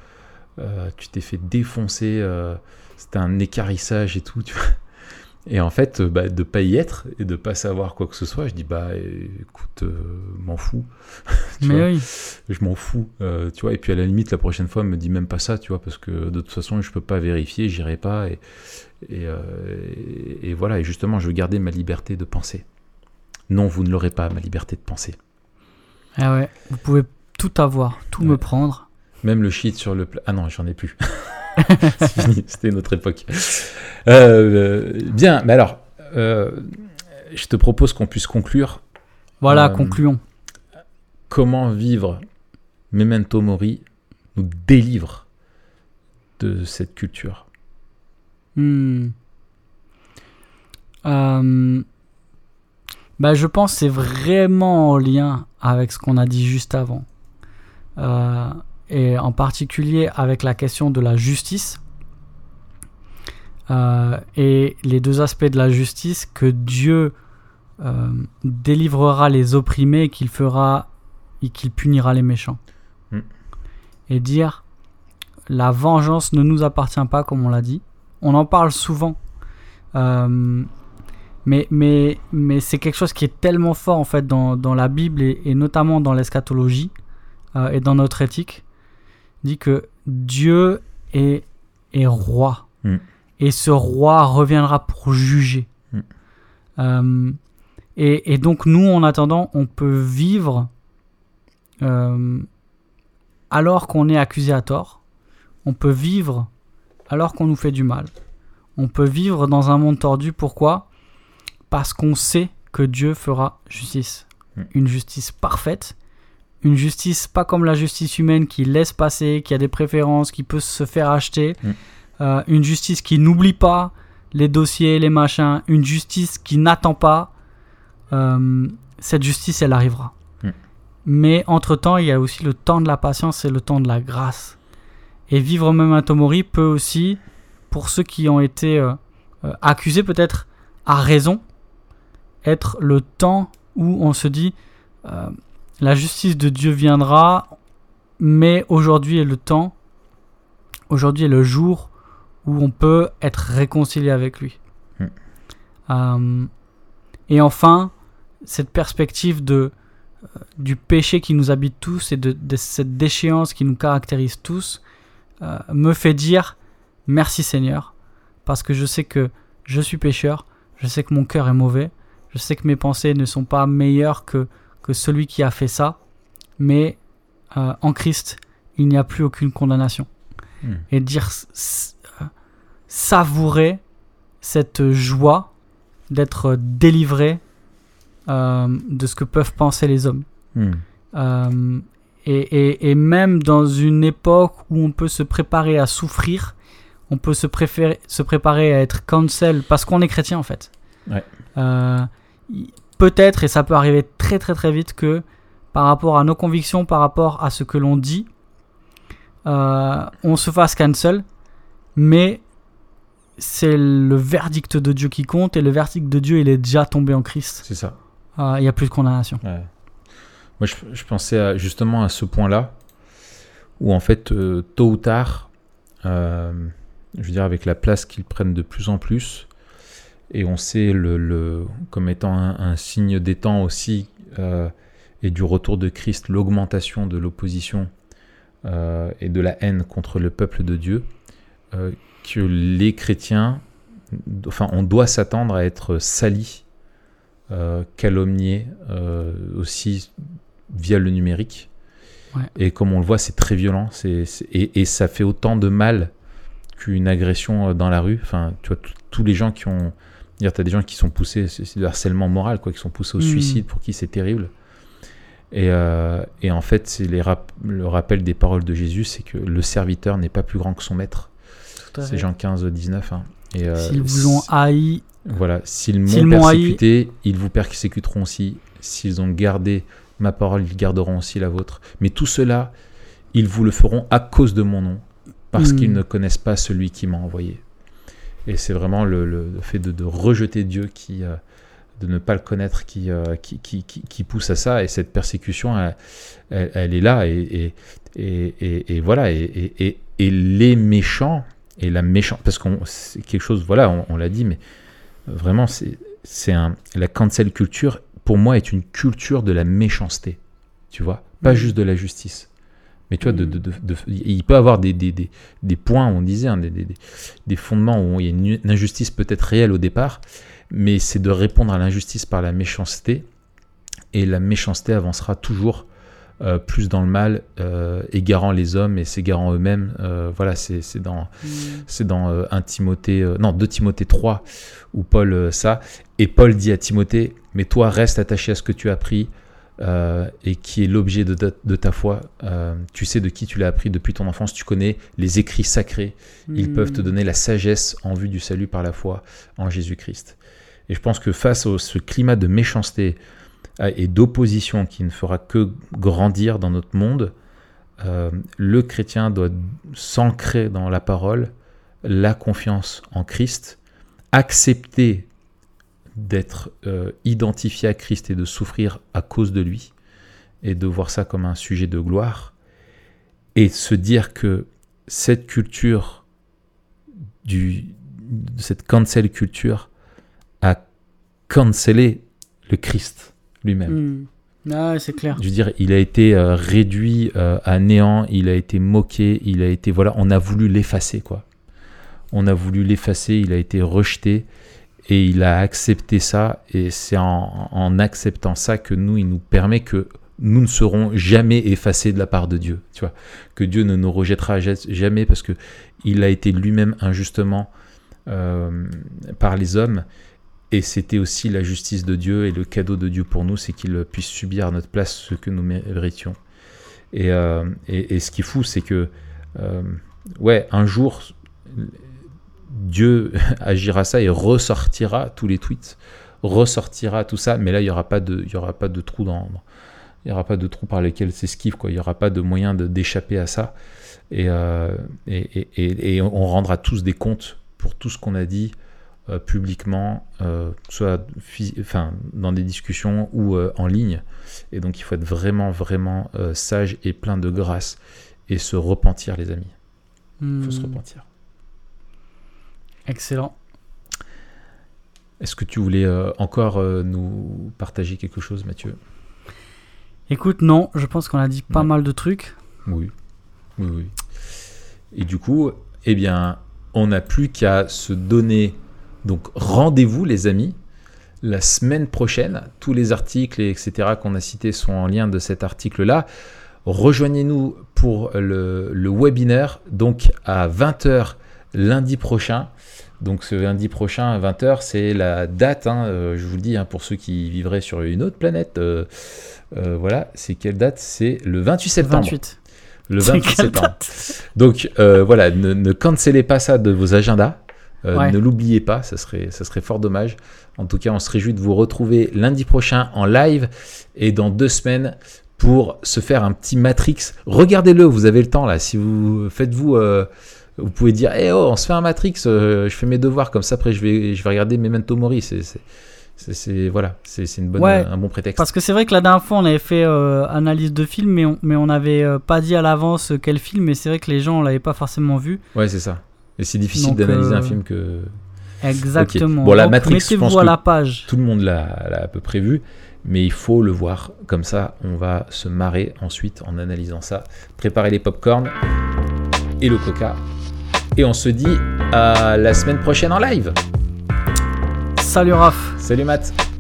S1: défoncer, c'était un équarrissage et tout, tu vois. Et en fait, de pas y être et de pas savoir quoi que ce soit, je dis écoute, m'en fous.
S2: Mais oui.
S1: Je m'en fous, tu vois. Et puis à la limite, la prochaine fois, me dis même pas ça, tu vois, parce que de toute façon, je peux pas vérifier, j'irai pas. Et voilà. Et justement, je veux garder ma liberté de penser. Non, vous ne l'aurez pas, ma liberté de penser.
S2: Ah ouais. Vous pouvez tout avoir, tout me prendre.
S1: Même le shit sur le plat. Ah non, j'en ai plus. C'est fini, c'était une autre époque. Bien, mais alors, je te propose qu'on puisse conclure.
S2: Voilà, concluons.
S1: Comment vivre Memento Mori nous délivre de cette culture.
S2: Je pense que c'est vraiment en lien avec ce qu'on a dit juste avant. Et en particulier avec la question de la justice et les deux aspects de la justice, que Dieu délivrera les opprimés et qu'il punira les méchants. Et dire la vengeance ne nous appartient pas, comme on l'a dit. On en parle souvent, Mais c'est quelque chose qui est tellement fort en fait dans la Bible et notamment dans l'eschatologie et dans notre éthique. Il dit que Dieu est roi. Et ce roi reviendra pour juger. Et donc nous, en attendant, on peut vivre alors qu'on est accusé à tort. On peut vivre alors qu'on nous fait du mal. On peut vivre dans un monde tordu. Pourquoi ? Parce qu'on sait que Dieu fera justice. Une justice parfaite. Une justice pas comme la justice humaine qui laisse passer, qui a des préférences, qui peut se faire acheter. Une justice qui n'oublie pas les dossiers, les machins. Une justice qui n'attend pas. Cette justice, elle arrivera. Mais entre-temps, il y a aussi le temps de la patience et le temps de la grâce. Et vivre Memento Mori peut aussi, pour ceux qui ont été accusés peut-être à raison, être le temps où on se dit la justice de Dieu viendra, mais aujourd'hui est le temps, aujourd'hui est le jour où on peut être réconcilié avec lui. Et enfin, cette perspective du péché qui nous habite tous et de cette déchéance qui nous caractérise tous me fait dire merci Seigneur, parce que je sais que je suis pécheur, je sais que mon cœur est mauvais, je sais que mes pensées ne sont pas meilleures que celui qui a fait ça, mais en Christ, il n'y a plus aucune condamnation. Et dire savourer cette joie d'être délivré de ce que peuvent penser les hommes. Et même dans une époque où on peut se préparer à souffrir, on peut se préparer à être cancel parce qu'on est chrétien en fait. Peut-être, et ça peut arriver très très très vite, que par rapport à nos convictions, par rapport à ce que l'on dit, on se fasse cancel, mais c'est le verdict de Dieu qui compte, et le verdict de Dieu, il est déjà tombé en Christ.
S1: C'est ça.
S2: Il n'y a plus de condamnation.
S1: Moi, je pensais justement à ce point-là, où en fait, tôt ou tard, je veux dire, avec la place qu'ils prennent de plus en plus, et on sait comme étant un signe des temps aussi, et du retour de Christ, l'augmentation de l'opposition et de la haine contre le peuple de Dieu, que les chrétiens, on doit s'attendre à être salis, calomniés aussi via le numérique. Et comme on le voit, c'est très violent, et ça fait autant de mal qu'une agression dans la rue. Enfin, tu vois, tous les gens qui ont... Tu as des gens qui sont poussés, c'est du harcèlement moral, qui sont poussés au suicide, pour qui c'est terrible. Et en fait, c'est le rappel des paroles de Jésus, c'est que le serviteur n'est pas plus grand que son maître. C'est Jean 15, 19.
S2: S'ils vous ont haï...
S1: Voilà, s'ils m'ont persécuté, ils vous persécuteront aussi. S'ils ont gardé ma parole, ils garderont aussi la vôtre. Mais tout cela, ils vous le feront à cause de mon nom, parce qu'ils ne connaissent pas celui qui m'a envoyé. Et c'est vraiment le fait de rejeter Dieu, de ne pas le connaître, qui pousse à ça. Et cette persécution, elle est là. Et voilà. Et les méchants, et la méchante, parce que c'est quelque chose, voilà, on l'a dit, mais vraiment, la cancel culture, pour moi, est une culture de la méchanceté. Tu vois, pas juste de la justice. Mais tu vois, il peut y avoir des points, on disait, des fondements où il y a une injustice peut-être réelle au départ, mais c'est de répondre à l'injustice par la méchanceté, et la méchanceté avancera toujours plus dans le mal, égarant les hommes et s'égarant eux-mêmes. Voilà, c'est dans 2 Timothée 3, où Paul et Paul dit à Timothée, mais toi reste attaché à ce que tu as appris, et qui est l'objet de ta foi. Tu sais de qui tu l'as appris depuis ton enfance, tu connais les écrits sacrés, ils peuvent te donner la sagesse en vue du salut par la foi en Jésus-Christ. Et je pense que face à ce climat de méchanceté et d'opposition qui ne fera que grandir dans notre monde, le chrétien doit s'ancrer dans la parole, la confiance en Christ, accepter d'être identifié à Christ et de souffrir à cause de lui, et de voir ça comme un sujet de gloire, et se dire que cette culture, cette cancel culture, a canceller le Christ lui-même.
S2: Ah, c'est clair.
S1: Je veux dire, il a été réduit à néant, il a été moqué, il a été... Voilà, on a voulu l'effacer, quoi. On a voulu l'effacer, il a été rejeté et il a accepté ça. Et c'est en acceptant ça que il nous permet que nous ne serons jamais effacés de la part de Dieu. Tu vois, que Dieu ne nous rejettera jamais parce qu'il a été lui-même injustement par les hommes. Et c'était aussi la justice de Dieu et le cadeau de Dieu pour nous, c'est qu'il puisse subir à notre place ce que nous méritions. Et ce qui est fou, c'est que un jour, Dieu agira ça et ressortira tous les tweets, ressortira tout ça, mais là, il n'y aura pas de trou il n'y aura pas de trou par lesquels s'esquive, quoi. Il n'y aura pas de moyen d'échapper à ça. Et on rendra tous des comptes pour tout ce qu'on a dit, publiquement, soit dans des discussions ou en ligne. Et donc il faut être vraiment, vraiment sage et plein de grâce et se repentir, les amis. Il faut se repentir.
S2: Excellent.
S1: Est-ce que tu voulais encore nous partager quelque chose, Mathieu ?
S2: Écoute, non, je pense qu'on a dit pas mal de trucs.
S1: Oui. Et du coup, eh bien, on n'a plus qu'à se donner... Donc, rendez-vous, les amis, la semaine prochaine. Tous les articles, etc., qu'on a cités sont en lien de cet article-là. Rejoignez-nous pour le webinaire, donc à 20h lundi prochain. Donc, ce lundi prochain à 20h, c'est la date, je vous le dis, pour ceux qui vivraient sur une autre planète. Voilà, c'est quelle date ? C'est le 28 septembre. Le 28 septembre. Donc, voilà, ne cancellez pas ça de vos agendas. Ne l'oubliez pas, ça serait fort dommage. En tout cas, on se réjouit de vous retrouver lundi prochain en live et dans 2 semaines pour se faire un petit Matrix. Regardez-le, vous avez le temps là. Si vous vous pouvez dire, on se fait un Matrix. Je fais mes devoirs comme ça. Après, je vais regarder Memento Mori. C'est une bonne, un bon prétexte.
S2: Parce que c'est vrai que la dernière fois, on avait fait analyse de film, mais on n'avait pas dit à l'avance quel film. Et c'est vrai que les gens ne l'avaient pas forcément vu.
S1: Ouais, c'est ça. Et c'est difficile d'analyser un film que...
S2: Exactement.
S1: Okay. Bon, la Matrix, je pense
S2: à la page.
S1: Tout le monde l'a à peu près vu, mais il faut le voir. Comme ça, on va se marrer ensuite en analysant ça. Préparez les pop-corn et le coca. Et on se dit à la semaine prochaine en live.
S2: Salut Raph.
S1: Salut Matt.